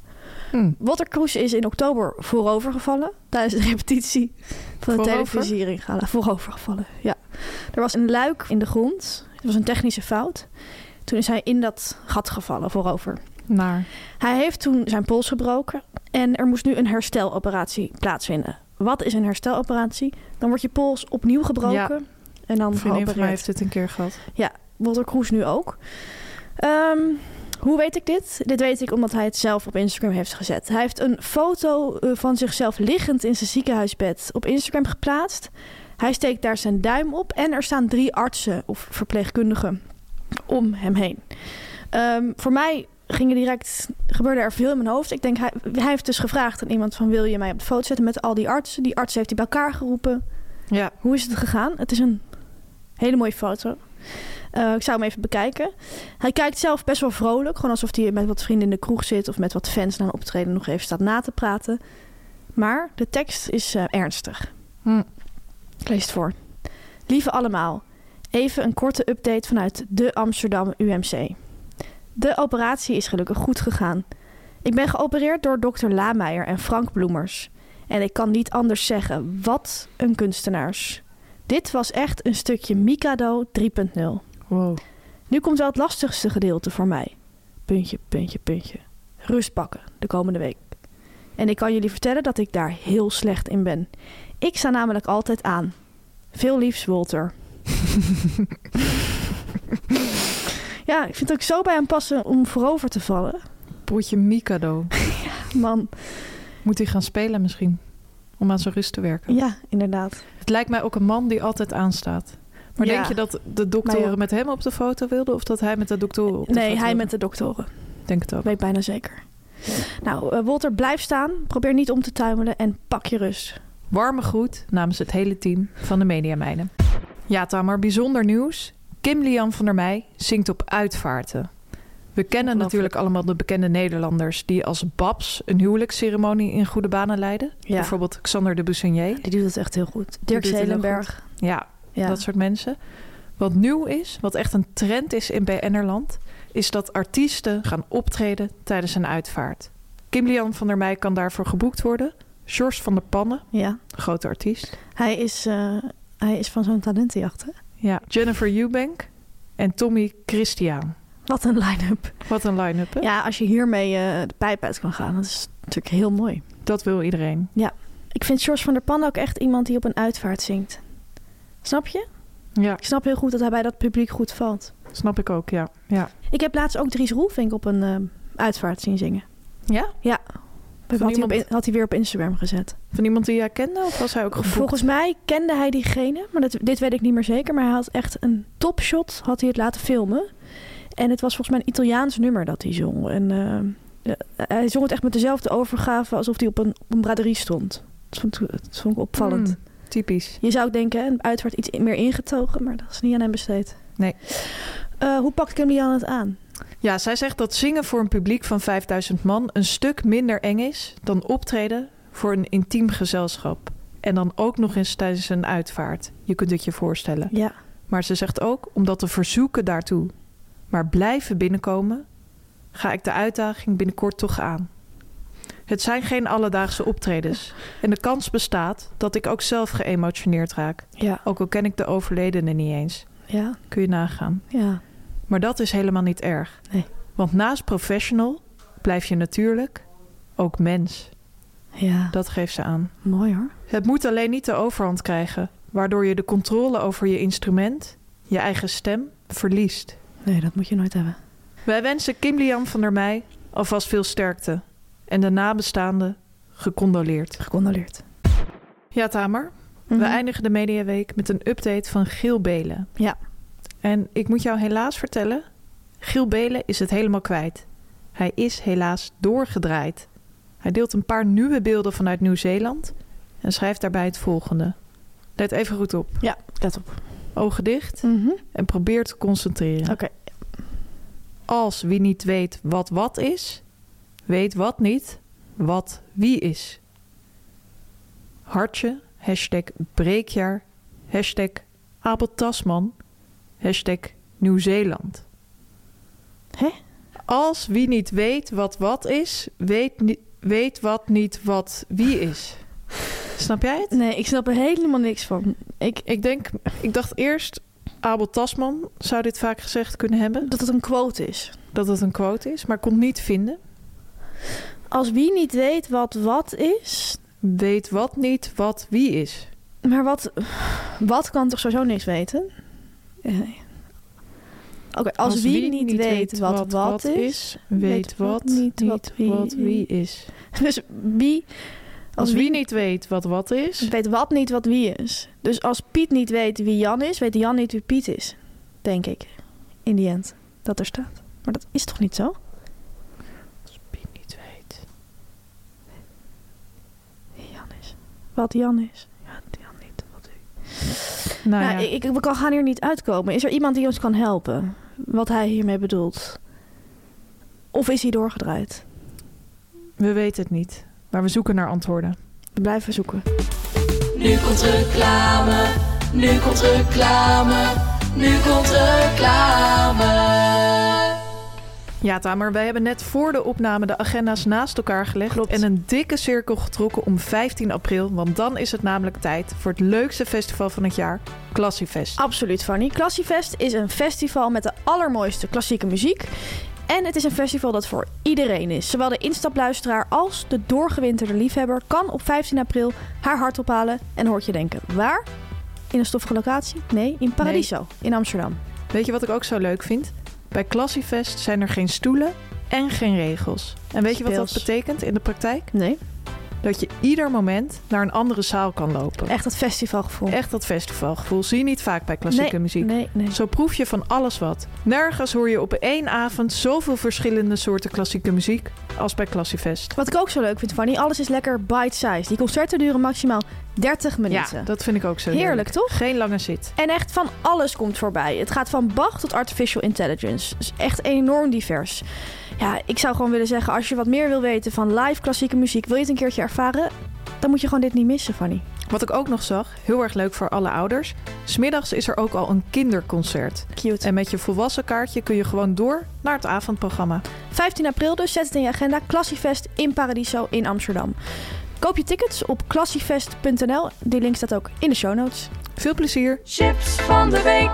Hmm. Walter Kroes is in oktober voorovergevallen tijdens de repetitie van de televisiering-gala. Voorovergevallen, ja. Er was een luik in de grond. Het was een technische fout. Toen is hij in dat gat gevallen, voorover. Maar. Hij heeft toen zijn pols gebroken en er moest nu een hersteloperatie plaatsvinden. Wat is een hersteloperatie? Dan wordt je pols opnieuw gebroken ja. en dan geopereerd. Van mij heeft het een keer gehad. Ja, Walter Kroes nu ook. Um, Hoe weet ik dit? Dit weet ik omdat hij het zelf op Instagram heeft gezet. Hij heeft een foto van zichzelf liggend in zijn ziekenhuisbed op Instagram geplaatst. Hij steekt daar zijn duim op en er staan drie artsen of verpleegkundigen om hem heen. Um, voor mij gingen direct, gebeurde er veel in mijn hoofd. Ik denk, hij, hij heeft dus gevraagd aan iemand van... wil je mij op de foto zetten met al die artsen? Die artsen heeft hij bij elkaar geroepen. Ja. Hoe is het gegaan? Het is een hele mooie foto. Uh, ik zou hem even bekijken. Hij kijkt zelf best wel vrolijk. Gewoon alsof hij met wat vrienden in de kroeg zit... of met wat fans na een optreden nog even staat na te praten. Maar de tekst is uh, ernstig. Hm. Ik lees het voor. Lieve allemaal, even een korte update vanuit de Amsterdam U M C. De operatie is gelukkig goed gegaan. Ik ben geopereerd door dokter Lameijer en Frank Bloemers. En ik kan niet anders zeggen, wat een kunstenaars. Dit was echt een stukje Mikado drie punt nul. Wow. Nu komt wel het lastigste gedeelte voor mij. Puntje, puntje, puntje. Rust pakken de komende week. En ik kan jullie vertellen dat ik daar heel slecht in ben. Ik sta namelijk altijd aan. Veel liefs, Walter. Ja, ik vind het ook zo bij hem passen om voorover te vallen. Broertje Mikado. Ja, man. Moet hij gaan spelen misschien? Om aan zijn rust te werken. Ja, inderdaad. Het lijkt mij ook een man die altijd aanstaat. Maar ja. denk je dat de doktoren ja. met hem op de foto wilden? Of dat hij met de doktoren op de nee, foto hij wilde? met de doktoren. Denk het ook. Weet bijna zeker. Nou, uh, Walter, blijf staan. Probeer niet om te tuimelen en pak je rust. Warme groet namens het hele team van de Mediameiden. Ja, Tamar, bijzonder nieuws. Kim Lian van der Meij zingt op uitvaarten. We kennen natuurlijk allemaal de bekende Nederlanders... die als Babs een huwelijksceremonie in goede banen leiden. Ja. Bijvoorbeeld Xander de Bussonnier. Die doet het echt heel goed. Dirk doet het heel Zelenberg. Ja, Ja. dat soort mensen. Wat nieuw is, wat echt een trend is in B N-erland... is dat artiesten gaan optreden tijdens een uitvaart. Kim Lian van der Meij kan daarvoor geboekt worden. George van der Pannen, Ja. grote artiest. Hij is, uh, hij is van zo'n talentenjacht, hè? Ja, Jennifer Eubank en Tommy Christian. Wat een line-up. Wat een line-up, hè? Ja, als je hiermee uh, de pijp uit kan gaan, dat is natuurlijk heel mooi. Dat wil iedereen. Ja. Ik vind George van der Pannen ook echt iemand die op een uitvaart zingt. Snap je? Ja, Ik snap heel goed dat hij bij dat publiek goed valt. snap ik ook, ja. ja. Ik heb laatst ook Dries Roelvink op een uh, uitvaart zien zingen. Ja? Ja. Had hij, iemand- op in- had hij weer op Instagram gezet. Van iemand die jij kende? Of was hij ook geboekt? Volgens mij kende hij diegene, maar dat, dit weet ik niet meer zeker. Maar hij had echt een topshot, had hij het laten filmen. En het was volgens mij een Italiaans nummer dat hij zong. En uh, hij zong het echt met dezelfde overgave alsof hij op een, op een braderie stond. Dat vond, ik- dat vond ik opvallend. Mm, typisch. Je zou denken, een uitvaart iets meer ingetogen, maar dat is niet aan hem besteed. Nee. Uh, hoe pakt Kim Lian het aan? Ja, zij zegt dat zingen voor een publiek van vijfduizend man... een stuk minder eng is dan optreden voor een intiem gezelschap. En dan ook nog eens tijdens een uitvaart. Je kunt het je voorstellen. Ja. Maar ze zegt ook, omdat te verzoeken daartoe... maar blijven binnenkomen... ga ik de uitdaging binnenkort toch aan. Het zijn geen alledaagse optredens. En de kans bestaat dat ik ook zelf geëmotioneerd raak. Ja. Ook al ken ik de overledene niet eens. Ja. Kun je nagaan. Ja. Maar dat is helemaal niet erg. Nee. Want naast professional blijf je natuurlijk ook mens. Ja. Dat geeft ze aan. Mooi hoor. Het moet alleen niet de overhand krijgen... waardoor je de controle over je instrument, je eigen stem, verliest. Nee, dat moet je nooit hebben. Wij wensen Kim Lian van der Meij alvast veel sterkte... en de nabestaanden gecondoleerd. Gecondoleerd. Ja, Tamer. Mm-hmm. We eindigen de Mediaweek met een update van Giel Belen. Ja. En ik moet jou helaas vertellen... Giel Belen is het helemaal kwijt. Hij is helaas doorgedraaid. Hij deelt een paar nieuwe beelden vanuit Nieuw-Zeeland... en schrijft daarbij het volgende. Let even goed op. Ja, let op. Ogen dicht Mm-hmm. en probeer te concentreren. Oké. Als wie niet weet wat wat is... weet wat niet wat wie is. Hartje, hashtag breekjaar, hashtag Abel Tasman, hashtag Nieuw-Zeeland. Hè? Als wie niet weet wat wat is, weet, ni- weet wat niet wat wie is. Snap jij het? Nee, ik snap er helemaal niks van. Ik, Ik denk, ik dacht eerst, Abel Tasman zou dit vaak gezegd kunnen hebben. dat het een quote is. Dat het een quote is, maar ik kon het niet vinden. Als wie niet weet wat wat is... Weet wat niet wat wie is. Maar wat... Wat kan toch sowieso niks weten? Nee. Oké, als, wie, niet weet wat wat is... weet wat niet wat wie, wat wie is. Dus wie... Als wie niet weet wat wat is... weet wat niet wat wie is. Dus als Piet niet weet wie Jan is... weet Jan niet wie Piet is. Denk ik. In die end. Dat er staat. Maar dat is toch niet zo? Als Piet niet weet. Jan is. Wat Jan is. Ja, Jan niet. Wat u. Nou, Nou, ja. ik, ik, we kan- gaan hier niet uitkomen. Is er iemand die ons kan helpen? Wat hij hiermee bedoelt? Of is hij doorgedraaid? We weten het niet. Maar we zoeken naar antwoorden. We blijven zoeken. Nu komt reclame, nu komt reclame, nu komt reclame. Ja, Tamer, wij hebben net voor de opname de agenda's naast elkaar gelegd. Klopt. En een dikke cirkel getrokken om vijftien april. Want dan is het namelijk tijd voor het leukste festival van het jaar, Classiefest. Absoluut, Fanny. Classiefest is een festival met de allermooiste klassieke muziek. En het is een festival dat voor iedereen is. Zowel de instapluisteraar als de doorgewinterde liefhebber kan op vijftien april haar hart ophalen. En hoort je denken, waar? In een stoffige locatie? Nee, in Paradiso, in Amsterdam. Weet je wat ik ook zo leuk vind? Bij Classiefest zijn er geen stoelen en geen regels. En weet je wat dat Speels. betekent in de praktijk? Nee, Dat je ieder moment naar een andere zaal kan lopen. echt dat festivalgevoel. Echt dat festivalgevoel. Zie je niet vaak bij klassieke nee, muziek. Nee, nee. Zo proef je van alles wat. Nergens hoor je op één avond zoveel verschillende soorten klassieke muziek als bij Classiefest. Wat ik ook zo leuk vind, Fanny, alles is lekker bite-size. Die concerten duren maximaal dertig minuten. Ja, dat vind ik ook zo Heerlijk, toch? Geen lange zit. En echt van alles komt voorbij. Het gaat van Bach tot artificial intelligence. Dus echt enorm divers. Ja, ik zou gewoon willen zeggen, als je wat meer wil weten van live klassieke muziek, wil je het een keertje ervaren, dan moet je gewoon dit niet missen, Fanny. Wat ik ook nog zag, heel erg leuk voor alle ouders. 's Middags is er ook al een kinderconcert. Cute. En met je volwassen kaartje kun je gewoon door naar het avondprogramma. vijftien april dus, zet het in je agenda. Classiefest in Paradiso in Amsterdam. Koop je tickets op classiefest punt n l. Die link staat ook in de show notes. Veel plezier. Chips van de week.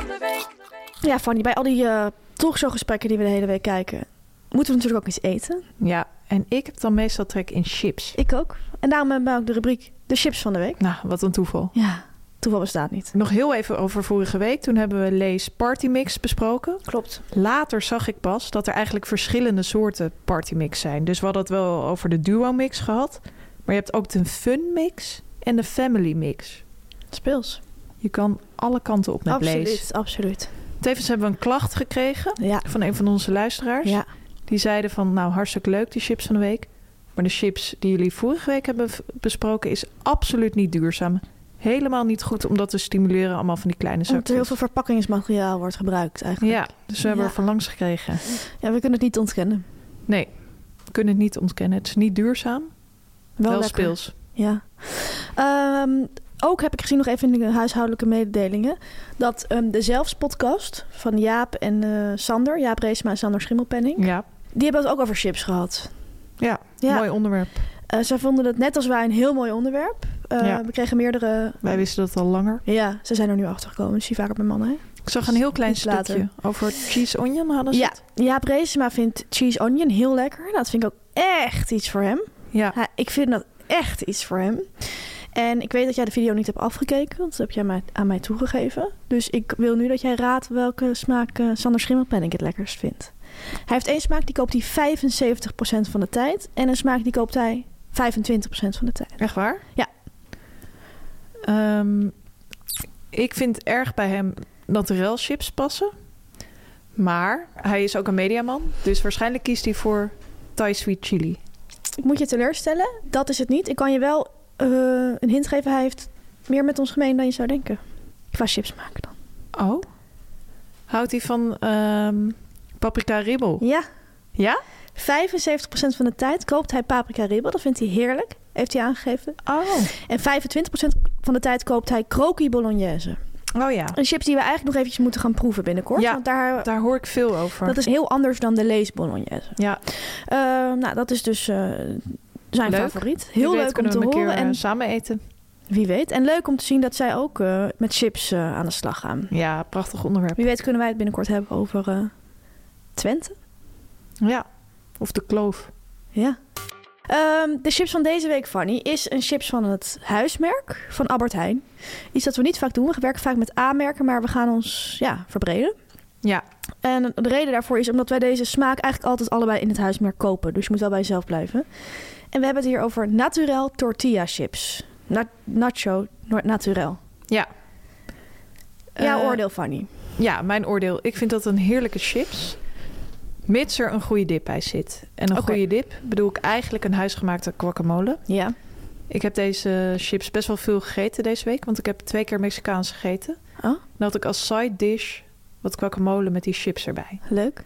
Ja, Fanny, bij al die uh, talkshow-gesprekken die we de hele week kijken, moeten we natuurlijk ook iets eten. Ja, en ik heb dan meestal trek in chips. Ik ook. En daarom hebben we ook de rubriek de chips van de week. Nou, wat een toeval. Ja, toeval bestaat niet. Nog heel even over vorige week. Toen hebben we Lee's Partymix besproken. Klopt. Later zag ik pas dat er eigenlijk verschillende soorten partymix zijn. Dus we hadden het wel over de duo mix gehad. Maar je hebt ook de fun mix en de family mix. Speels. Je kan alle kanten op met Absoluut, Lees. absoluut. Tevens hebben we een klacht gekregen Ja. van een van onze luisteraars. Ja. Die zeiden van, nou hartstikke leuk die chips van de week. Maar de chips die jullie vorige week hebben v- besproken is absoluut niet duurzaam. Helemaal niet goed om dat te stimuleren, allemaal van die kleine Omdat er zakjes. heel veel verpakkingsmateriaal wordt gebruikt eigenlijk. Ja, dus we hebben Ja. er van langs gekregen. Ja, we kunnen het niet ontkennen. Nee, we kunnen het niet ontkennen. Het is niet duurzaam, wel, lekker. speels. Ja. Ehm, ook heb ik gezien nog even in de huishoudelijke mededelingen dat um, de Zelfs-podcast van Jaap en uh, Sander, Jaap Reesma en Sander Schimmelpenninck, Ja, die hebben het ook over chips gehad. ja, Ja. mooi onderwerp. Uh, zij vonden het net als wij een heel mooi onderwerp. Uh, Ja. We kregen meerdere... Wij wisten dat al langer. Ja, ze zijn er nu achter gekomen. Dat zie je vaker bij mannen, hè? Ik zag een heel klein Iets later. stukje over cheese onion hadden ze Ja, het. Jaap Reesma vindt cheese onion heel lekker. Nou, dat vind ik ook echt iets voor hem. Ja. Ja, ik vind dat echt iets voor hem. En ik weet dat jij de video niet hebt afgekeken, want dat heb jij mij, aan mij toegegeven. Dus ik wil nu dat jij raadt welke smaak uh, Sander Schimmelpenninck het lekkerst vindt. Hij heeft één smaak, die koopt hij vijfenzeventig procent van de tijd. En een smaak, die koopt hij vijfentwintig procent van de tijd. Echt waar? Ja. Ehm, ik vind erg bij hem naturel chips passen. Maar hij is ook een mediaman. Dus waarschijnlijk kiest hij voor Thai sweet chili. Ik moet je teleurstellen, dat is het niet. Ik kan je wel uh, een hint geven. Hij heeft meer met ons gemeen dan je zou denken. Qua chips maken dan. Oh? Houdt hij van ehm, paprika ribbel? Ja, Ja? vijfenzeventig procent van de tijd koopt hij paprika ribbel. Dat vindt hij heerlijk, heeft hij aangegeven. Oh. En vijfentwintig procent van de tijd koopt hij croquis bolognese. Oh ja. Een chips die we eigenlijk nog eventjes moeten gaan proeven binnenkort. Ja, want daar, daar hoor ik veel over. dat is heel anders dan de Lees bolognese. Ja. Uh, nou, dat is dus uh, zijn Leuk. favoriet. Wie Heel weet leuk om kunnen te we een horen. keer En uh, samen eten. wie weet. En leuk om te zien dat zij ook uh, met chips uh, aan de slag gaan. Ja, prachtig onderwerp. Wie weet kunnen wij het binnenkort hebben over uh, Twente. Ja. Of de kloof. Ja. Um, de chips van deze week, Fanny, is een chips van het huismerk van Albert Heijn. Iets dat we niet vaak doen. We werken vaak met A-merken, maar we gaan ons ja, verbreden. Ja. En de reden daarvoor is omdat wij deze smaak eigenlijk altijd allebei in het huismerk kopen. Dus je moet wel bij jezelf blijven. En we hebben het hier over Naturel Tortilla Chips. Na- nacho Naturel. Ja. Jouw Uh, oordeel, Fanny. Ja, mijn oordeel. Ik vind dat een heerlijke chips. Mits er een goede dip bij zit. En een Oké. goede dip bedoel ik eigenlijk een huisgemaakte guacamole. Ja. Ik heb deze chips best wel veel gegeten deze week. Want ik heb twee keer Mexicaans gegeten. Oh, Dan had ik als side dish wat guacamole met die chips erbij. leuk.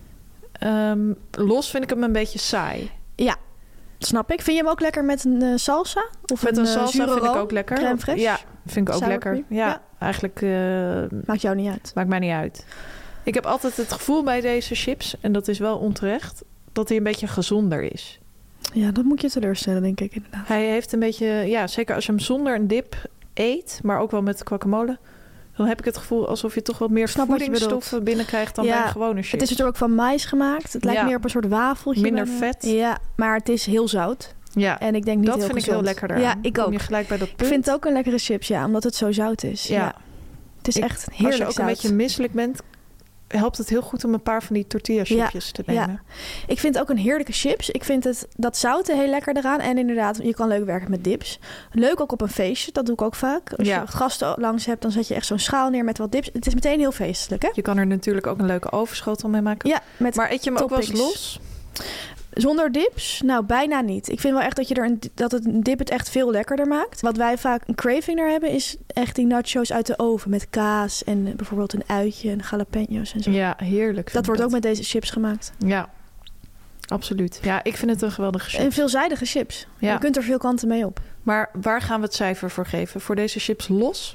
Um, los vind ik hem een beetje saai. Ja, snap ik. Vind je hem ook lekker met een uh, salsa? Of Met een uh, salsa zure vind ik room? ook lekker. Crème fraîche? Ja, vind ik ook Sour lekker. cream? Ja, Ja. eigenlijk uh, Maakt jou niet uit. maakt mij niet uit. Ik heb altijd het gevoel bij deze chips, en dat is wel onterecht, dat hij een beetje gezonder is. Ja, dat moet je teleurstellen, denk ik inderdaad. Hij heeft een beetje, ja, zeker als je hem zonder een dip eet, maar ook wel met guacamole, dan heb ik het gevoel alsof je toch wat meer Snap wat je voedingsstoffen binnenkrijgt dan Ja, bij een gewone chips. Het is natuurlijk ook van mais gemaakt. Het lijkt Ja. meer op een soort wafeltje. Minder bijna. vet. Ja, maar het is heel zout. Ja, En ik denk niet dat heel vind ik gezond. heel lekker eraan. Ja, ik Kom ook. je gelijk bij dat Ik punt. vind het ook een lekkere chips, ja, omdat het zo zout is. Ja. Ja. Het is Ik- echt Als heerlijk je ook zout. een beetje misselijk bent, helpt het heel goed om een paar van die tortilla chipjes te nemen. Ja. Ik vind het ook een heerlijke chips. Ik vind het, dat zoute heel lekker eraan. En inderdaad, je kan leuk werken met dips. Leuk ook op een feestje, dat doe ik ook vaak. Als Ja. je gasten langs hebt, dan zet je echt zo'n schaal neer met wat dips. Het is meteen heel feestelijk, hè? Je kan er natuurlijk ook een leuke overschotel mee maken. Ja, met Maar eet je hem ook wel eens toppings. los? Zonder dips? Nou, bijna niet. Ik vind wel echt dat, je er een, dat het een dip het echt veel lekkerder maakt. Wat wij vaak een craving naar hebben, is echt die nachos uit de oven. Met kaas en eh, bijvoorbeeld een uitje en jalapeno's en zo. Ja, heerlijk. Dat vind wordt ik ook met deze chips gemaakt. Ja, absoluut. Ja, ik vind het een geweldige En chips. veelzijdige chips. Ja. Je kunt er veel kanten mee op. Maar waar gaan we het cijfer voor geven? Voor deze chips los?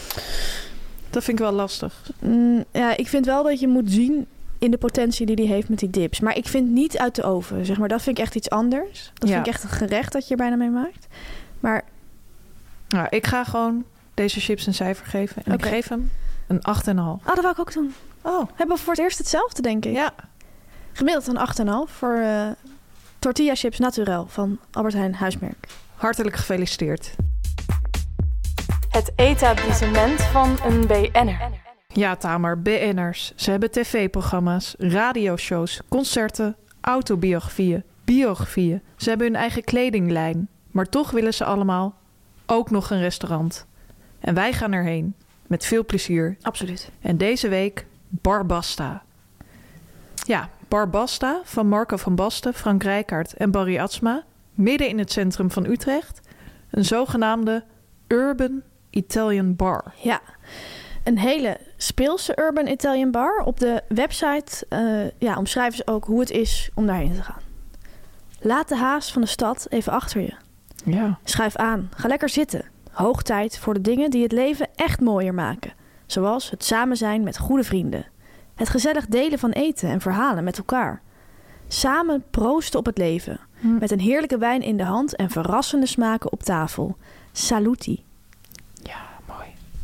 Dat vind ik wel lastig. Mm, ja, ik vind wel dat je moet zien in de potentie die die heeft met die dips. Maar ik vind niet uit de oven, zeg maar. Dat vind ik echt iets anders. Dat Ja. vind ik echt een gerecht dat je er bijna mee maakt. Maar Nou, ik ga gewoon deze chips een cijfer geven. En Oké. ik geef hem een acht komma vijf. ah, dat wou ik ook doen. Oh, Hebben we voor het eerst hetzelfde, denk ik. ja. Gemiddeld een acht komma vijf voor uh, tortilla chips naturel van Albert Heijn huismerk. Hartelijk gefeliciteerd. Het etablissement van een B N'er. Ja, Tamer, B N'ers. Ze hebben tv-programma's, radioshows, concerten, autobiografieën, biografieën. Ze hebben hun eigen kledinglijn. Maar toch willen ze allemaal ook nog een restaurant. En wij gaan erheen. Met veel plezier. Absoluut. En deze week Barbasta. Ja, Barbasta van Marco van Basten, Frank Rijkaard en Barry Atsma. Midden in het centrum van Utrecht. Een zogenaamde Urban Italian Bar. Ja, een hele speelse urban Italian bar. Op de website uh, ja, omschrijven ze ook hoe het is om daarheen te gaan. Laat de haast van de stad even achter je. Ja. Schuif aan, ga lekker zitten. Hoog tijd voor de dingen die het leven echt mooier maken. Zoals het samen zijn met goede vrienden. Het gezellig delen van eten en verhalen met elkaar. Samen proosten op het leven. Hm. Met een heerlijke wijn in de hand en verrassende smaken op tafel. Saluti. Ja, mooi.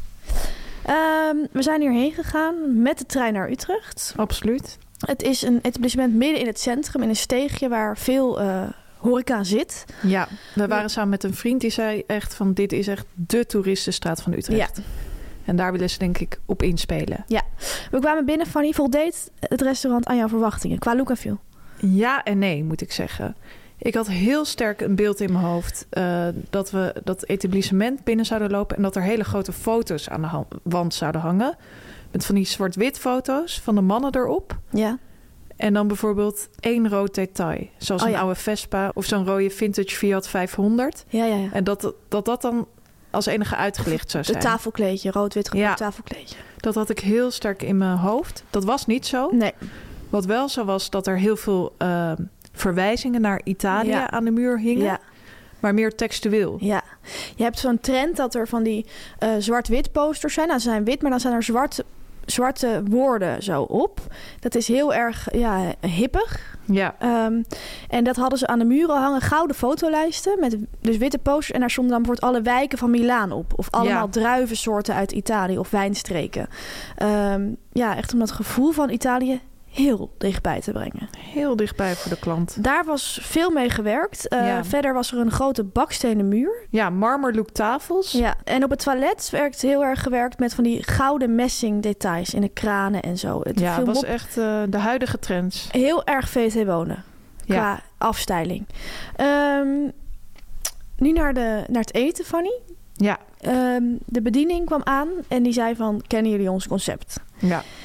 Um, we zijn hierheen gegaan met de trein naar Utrecht. Absoluut. Het is een etablissement midden in het centrum, in een steegje waar veel uh, horeca zit. Ja, we waren samen met een vriend die zei echt van dit is echt de toeristenstraat van Utrecht. Ja. En daar willen ze denk ik op inspelen. Ja, we kwamen binnen, Fanny. Voldeed het restaurant aan jouw verwachtingen qua look en feel? Ja en nee, moet ik zeggen. Ik had heel sterk een beeld in mijn hoofd uh, dat we dat etablissement binnen zouden lopen en dat er hele grote foto's aan de ha- wand zouden hangen. Met van die zwart-wit foto's van de mannen erop. Ja. En dan bijvoorbeeld één rood detail. Zoals Oh, een ja. oude Vespa of zo'n rode vintage Fiat vijfhonderd. Ja, ja, ja. En dat dat, dat dan als enige uitgelicht zou zijn. Het tafelkleedje, rood-wit gekleurd Ja. tafelkleedje. Dat had ik heel sterk in mijn hoofd. Dat was niet zo. Nee. Wat wel zo was, dat er heel veel uh, verwijzingen naar Italië Ja. aan de muur hingen. Ja. Maar meer textueel. Ja, je hebt zo'n trend dat er van die uh, zwart-wit posters zijn. Nou, ze zijn wit, maar dan zijn er zwarte, zwarte woorden zo op. Dat is heel erg ja, hippig. Ja. Um, en dat hadden ze aan de muren hangen. Gouden fotolijsten met dus witte posters. En daar stonden dan bijvoorbeeld alle wijken van Milaan op. Of allemaal Ja. druivensoorten uit Italië of wijnstreken. Um, ja, echt om dat gevoel van Italië heel dichtbij te brengen. Heel dichtbij voor de klant. Daar was veel mee gewerkt. Uh, Ja. Verder was er een grote bakstenen muur. Ja, marmerlook tafels. Ja, en op het toilet werd heel erg gewerkt met van die gouden messing details in de kranen en zo. Het Ja, viel was op echt uh, de huidige trends. heel erg V T wonen qua Ja. afstyling. Um, nu naar, de, naar het eten, Fanny. Ja. Um, de bediening kwam aan en die zei van, kennen jullie ons concept? Ja.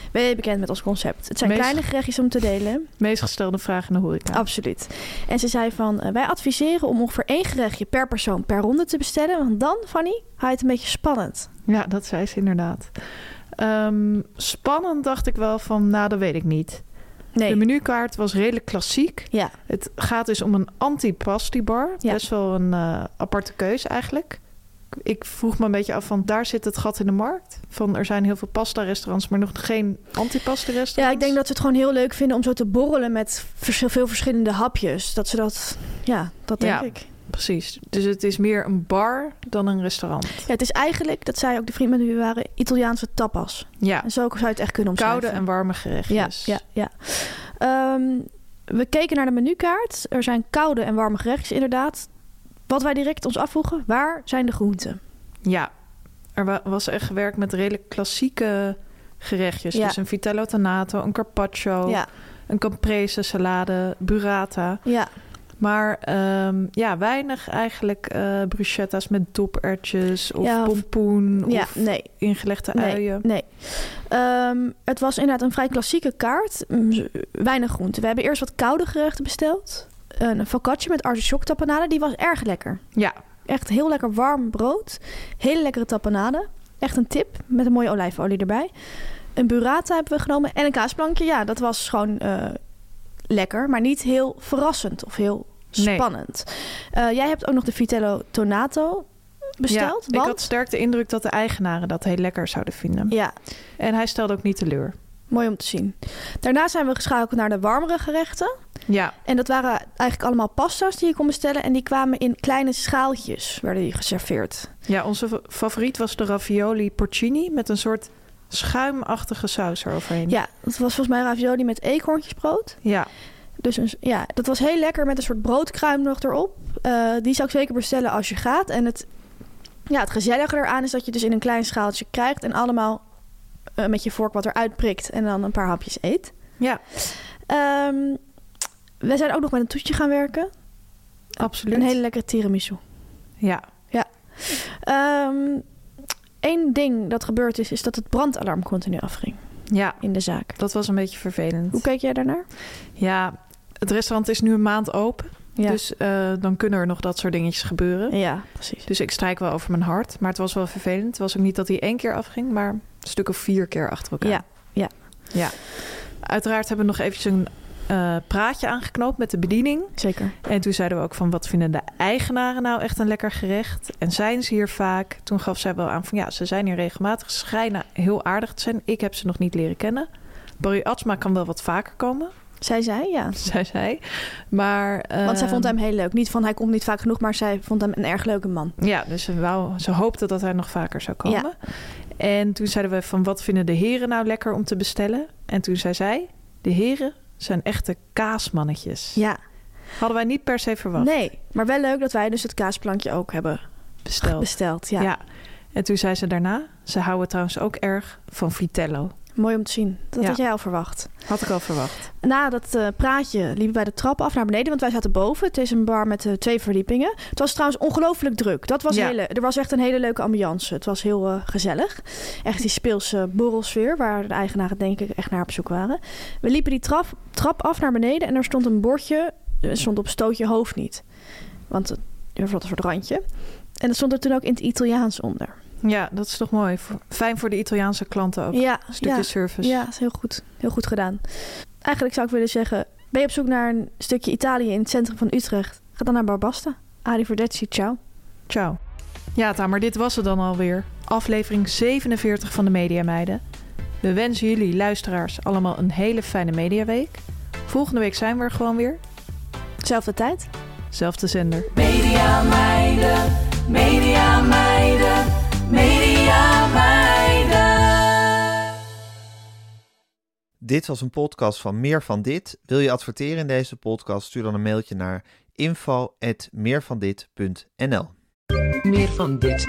Ben je bekend met ons concept? Het zijn Meest- kleine gerechtjes om te delen. Meest gestelde vraag in de horeca. Absoluut. En ze zei van, uh, wij adviseren om ongeveer één gerechtje per persoon per ronde te bestellen. Want dan, Fanny, hou je het een beetje spannend. Ja, dat zei ze inderdaad. Um, spannend dacht ik wel van, nou, dat weet ik niet. Nee. De menukaart was redelijk klassiek. Ja. Het gaat dus om een antipasti bar. Ja. Best wel een uh, aparte keus eigenlijk. Ik vroeg me een beetje af van, daar zit het gat in de markt. Van, er zijn heel veel pasta-restaurants, maar nog geen antipasti-restaurants. Ja, ik denk dat ze het gewoon heel leuk vinden om zo te borrelen met vers- veel verschillende hapjes. Dat ze dat, ja, dat denk Ja. ik. Precies. Dus het is meer een bar dan een restaurant. Ja, het is eigenlijk, dat zei ook de vriend met wie we waren, Italiaanse tapas. Ja. En zo zou je het echt kunnen omschrijven. Koude en warme gerechtjes. Ja, ja, ja. Um, we keken naar de menukaart. Er zijn koude en warme gerechtjes inderdaad. Wat wij direct ons afvroegen, waar zijn de groenten? Ja, er wa- was echt gewerkt met redelijk klassieke gerechtjes. Ja. Dus een vitello tonato, een carpaccio, Ja, een caprese salade, burrata. ja. Maar um, ja, weinig eigenlijk uh, bruschetta's met dopertjes of Ja, of- pompoen ja, of nee. ingelegde Nee, uien. nee. Um, het was inderdaad een vrij klassieke kaart. Mm, weinig groenten. We hebben eerst wat koude gerechten besteld. Een focaccia met artichok tapenade. Die was erg lekker. Ja, Echt heel lekker warm brood. Hele lekkere tapenade. Echt een tip. Met een mooie olijfolie erbij. Een burrata hebben we genomen. En een kaasplankje. Ja, dat was gewoon uh, lekker. Maar niet heel verrassend of heel Nee. spannend. Uh, jij hebt ook nog de vitello tonato besteld. ja, ik want... had sterk de indruk dat de eigenaren dat heel lekker zouden vinden. Ja, En hij stelde ook niet teleur. mooi om te zien. Daarna zijn we geschakeld naar de warmere gerechten. Ja, En dat waren eigenlijk allemaal pasta's die je kon bestellen. En die kwamen in kleine schaaltjes, werden die geserveerd. ja, onze fa- favoriet was de ravioli porcini met een soort schuimachtige saus eroverheen. Ja, dat was volgens mij ravioli met eekhoorntjesbrood. Ja, Dus een, ja, dat was heel lekker met een soort broodkruim nog erop. Uh, die zou ik zeker bestellen als je gaat. En het, ja, het gezellige eraan is dat je dus in een klein schaaltje krijgt... en allemaal uh, met je vork wat eruit prikt en dan een paar hapjes eet. ja, Um, we zijn ook nog met een toetje gaan werken. absoluut. Een hele lekkere tiramisu. Ja, Um, Eén ding dat gebeurd is, is dat het brandalarm continu afging ja, in de zaak. dat was een beetje vervelend. Hoe keek jij daarnaar? Ja, het restaurant is nu een maand open. Ja. Dus uh, dan kunnen er nog dat soort dingetjes gebeuren. Ja, precies. Dus ik strijk wel over mijn hart. Maar het was wel vervelend. Het was ook niet dat hij één keer afging, maar een stuk of vier keer achter elkaar. Ja, ja. ja. Uiteraard hebben we nog eventjes een uh, praatje aangeknoopt met de bediening. Zeker. En toen zeiden we ook van, wat vinden de eigenaren nou echt een lekker gerecht? En zijn ze hier vaak? Toen gaf zij wel aan van, ja, ze zijn hier regelmatig. Ze schijnen heel aardig te zijn. Ik heb ze nog niet leren kennen. Barry Atsma kan wel wat vaker komen, Zij zei, ja. zei zij. Maar, Want zij uh, vond hem heel leuk. Niet van hij komt niet vaak genoeg, maar zij vond hem een erg leuke man. Ja, dus ze, wou, ze hoopte dat hij nog vaker zou komen. Ja. En toen zeiden we van, wat vinden de heren nou lekker om te bestellen? En toen zei zij, de heren zijn echte kaasmannetjes. Ja. Hadden wij niet per se verwacht. Nee, maar wel leuk dat wij dus het kaasplankje ook hebben Besteld. besteld. Ja. Ja. En toen zei ze daarna, ze houden trouwens ook erg van vitello. Mooi om te zien. Dat Ja. had jij al verwacht. Had ik al verwacht. Na dat uh, praatje liepen wij de trap af naar beneden, want wij zaten boven. Het is een bar met uh, twee verdiepingen. Het was trouwens ongelooflijk druk. Dat was Ja. hele, er was echt een hele leuke ambiance. Het was heel uh, gezellig. Echt die speelse borrelsfeer, waar de eigenaren denk ik echt naar op zoek waren. We liepen die trap, trap af naar beneden en er stond een bordje. Er stond op stoot je hoofd niet. Want er was een soort randje. En dat stond er toen ook in het Italiaans onder. Ja, dat is toch mooi. Fijn voor de Italiaanse klanten ook. Ja, Een stukje ja. service. Ja, is heel goed. Heel goed gedaan. Eigenlijk zou ik willen zeggen, ben je op zoek naar een stukje Italië in het centrum van Utrecht? Ga dan naar Barbasta. Arrivederci, ciao. Ciao. Ja, Tamer, dit was het dan alweer. Aflevering zevenenveertig van de Media Meiden. We wensen jullie luisteraars allemaal een hele fijne mediaweek. Volgende week zijn we er gewoon weer. Zelfde tijd. Zelfde zender. Media meiden, media meiden, media meiden. Dit was een podcast van Meer van Dit. Wil je adverteren in deze podcast? Stuur dan een mailtje naar info at meervandit punt n l. Meer van dit.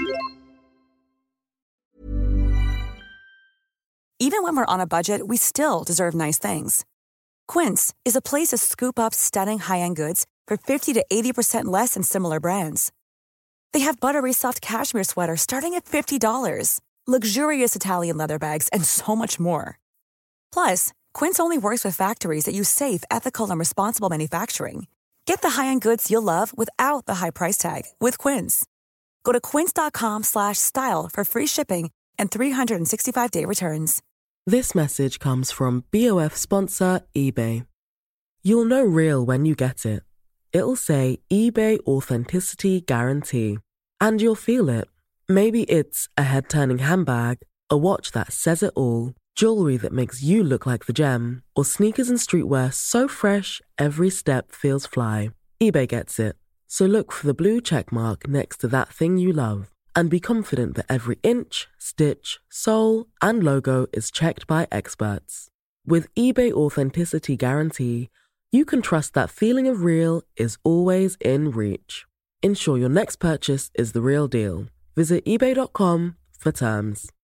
Even when we're on a budget, we still deserve nice things. Quince is a place to scoop up stunning high-end goods for fifty to eighty percent less than similar brands. They have buttery soft cashmere sweaters starting at fifty dollars, luxurious Italian leather bags, and so much more. Plus, Quince only works with factories that use safe, ethical, and responsible manufacturing. Get the high-end goods you'll love without the high price tag with Quince. Go to quince.com slash style for free shipping and three sixty-five day returns. This message comes from B O F sponsor eBay. You'll know real when you get it. It'll say eBay Authenticity Guarantee. And you'll feel it. Maybe it's a head-turning handbag, a watch that says it all, jewelry that makes you look like the gem, or sneakers and streetwear so fresh every step feels fly. eBay gets it. So look for the blue check mark next to that thing you love and be confident that every inch, stitch, sole, and logo is checked by experts. With eBay Authenticity Guarantee, you can trust that feeling of real is always in reach. Ensure your next purchase is the real deal. Visit ebay dot com for terms.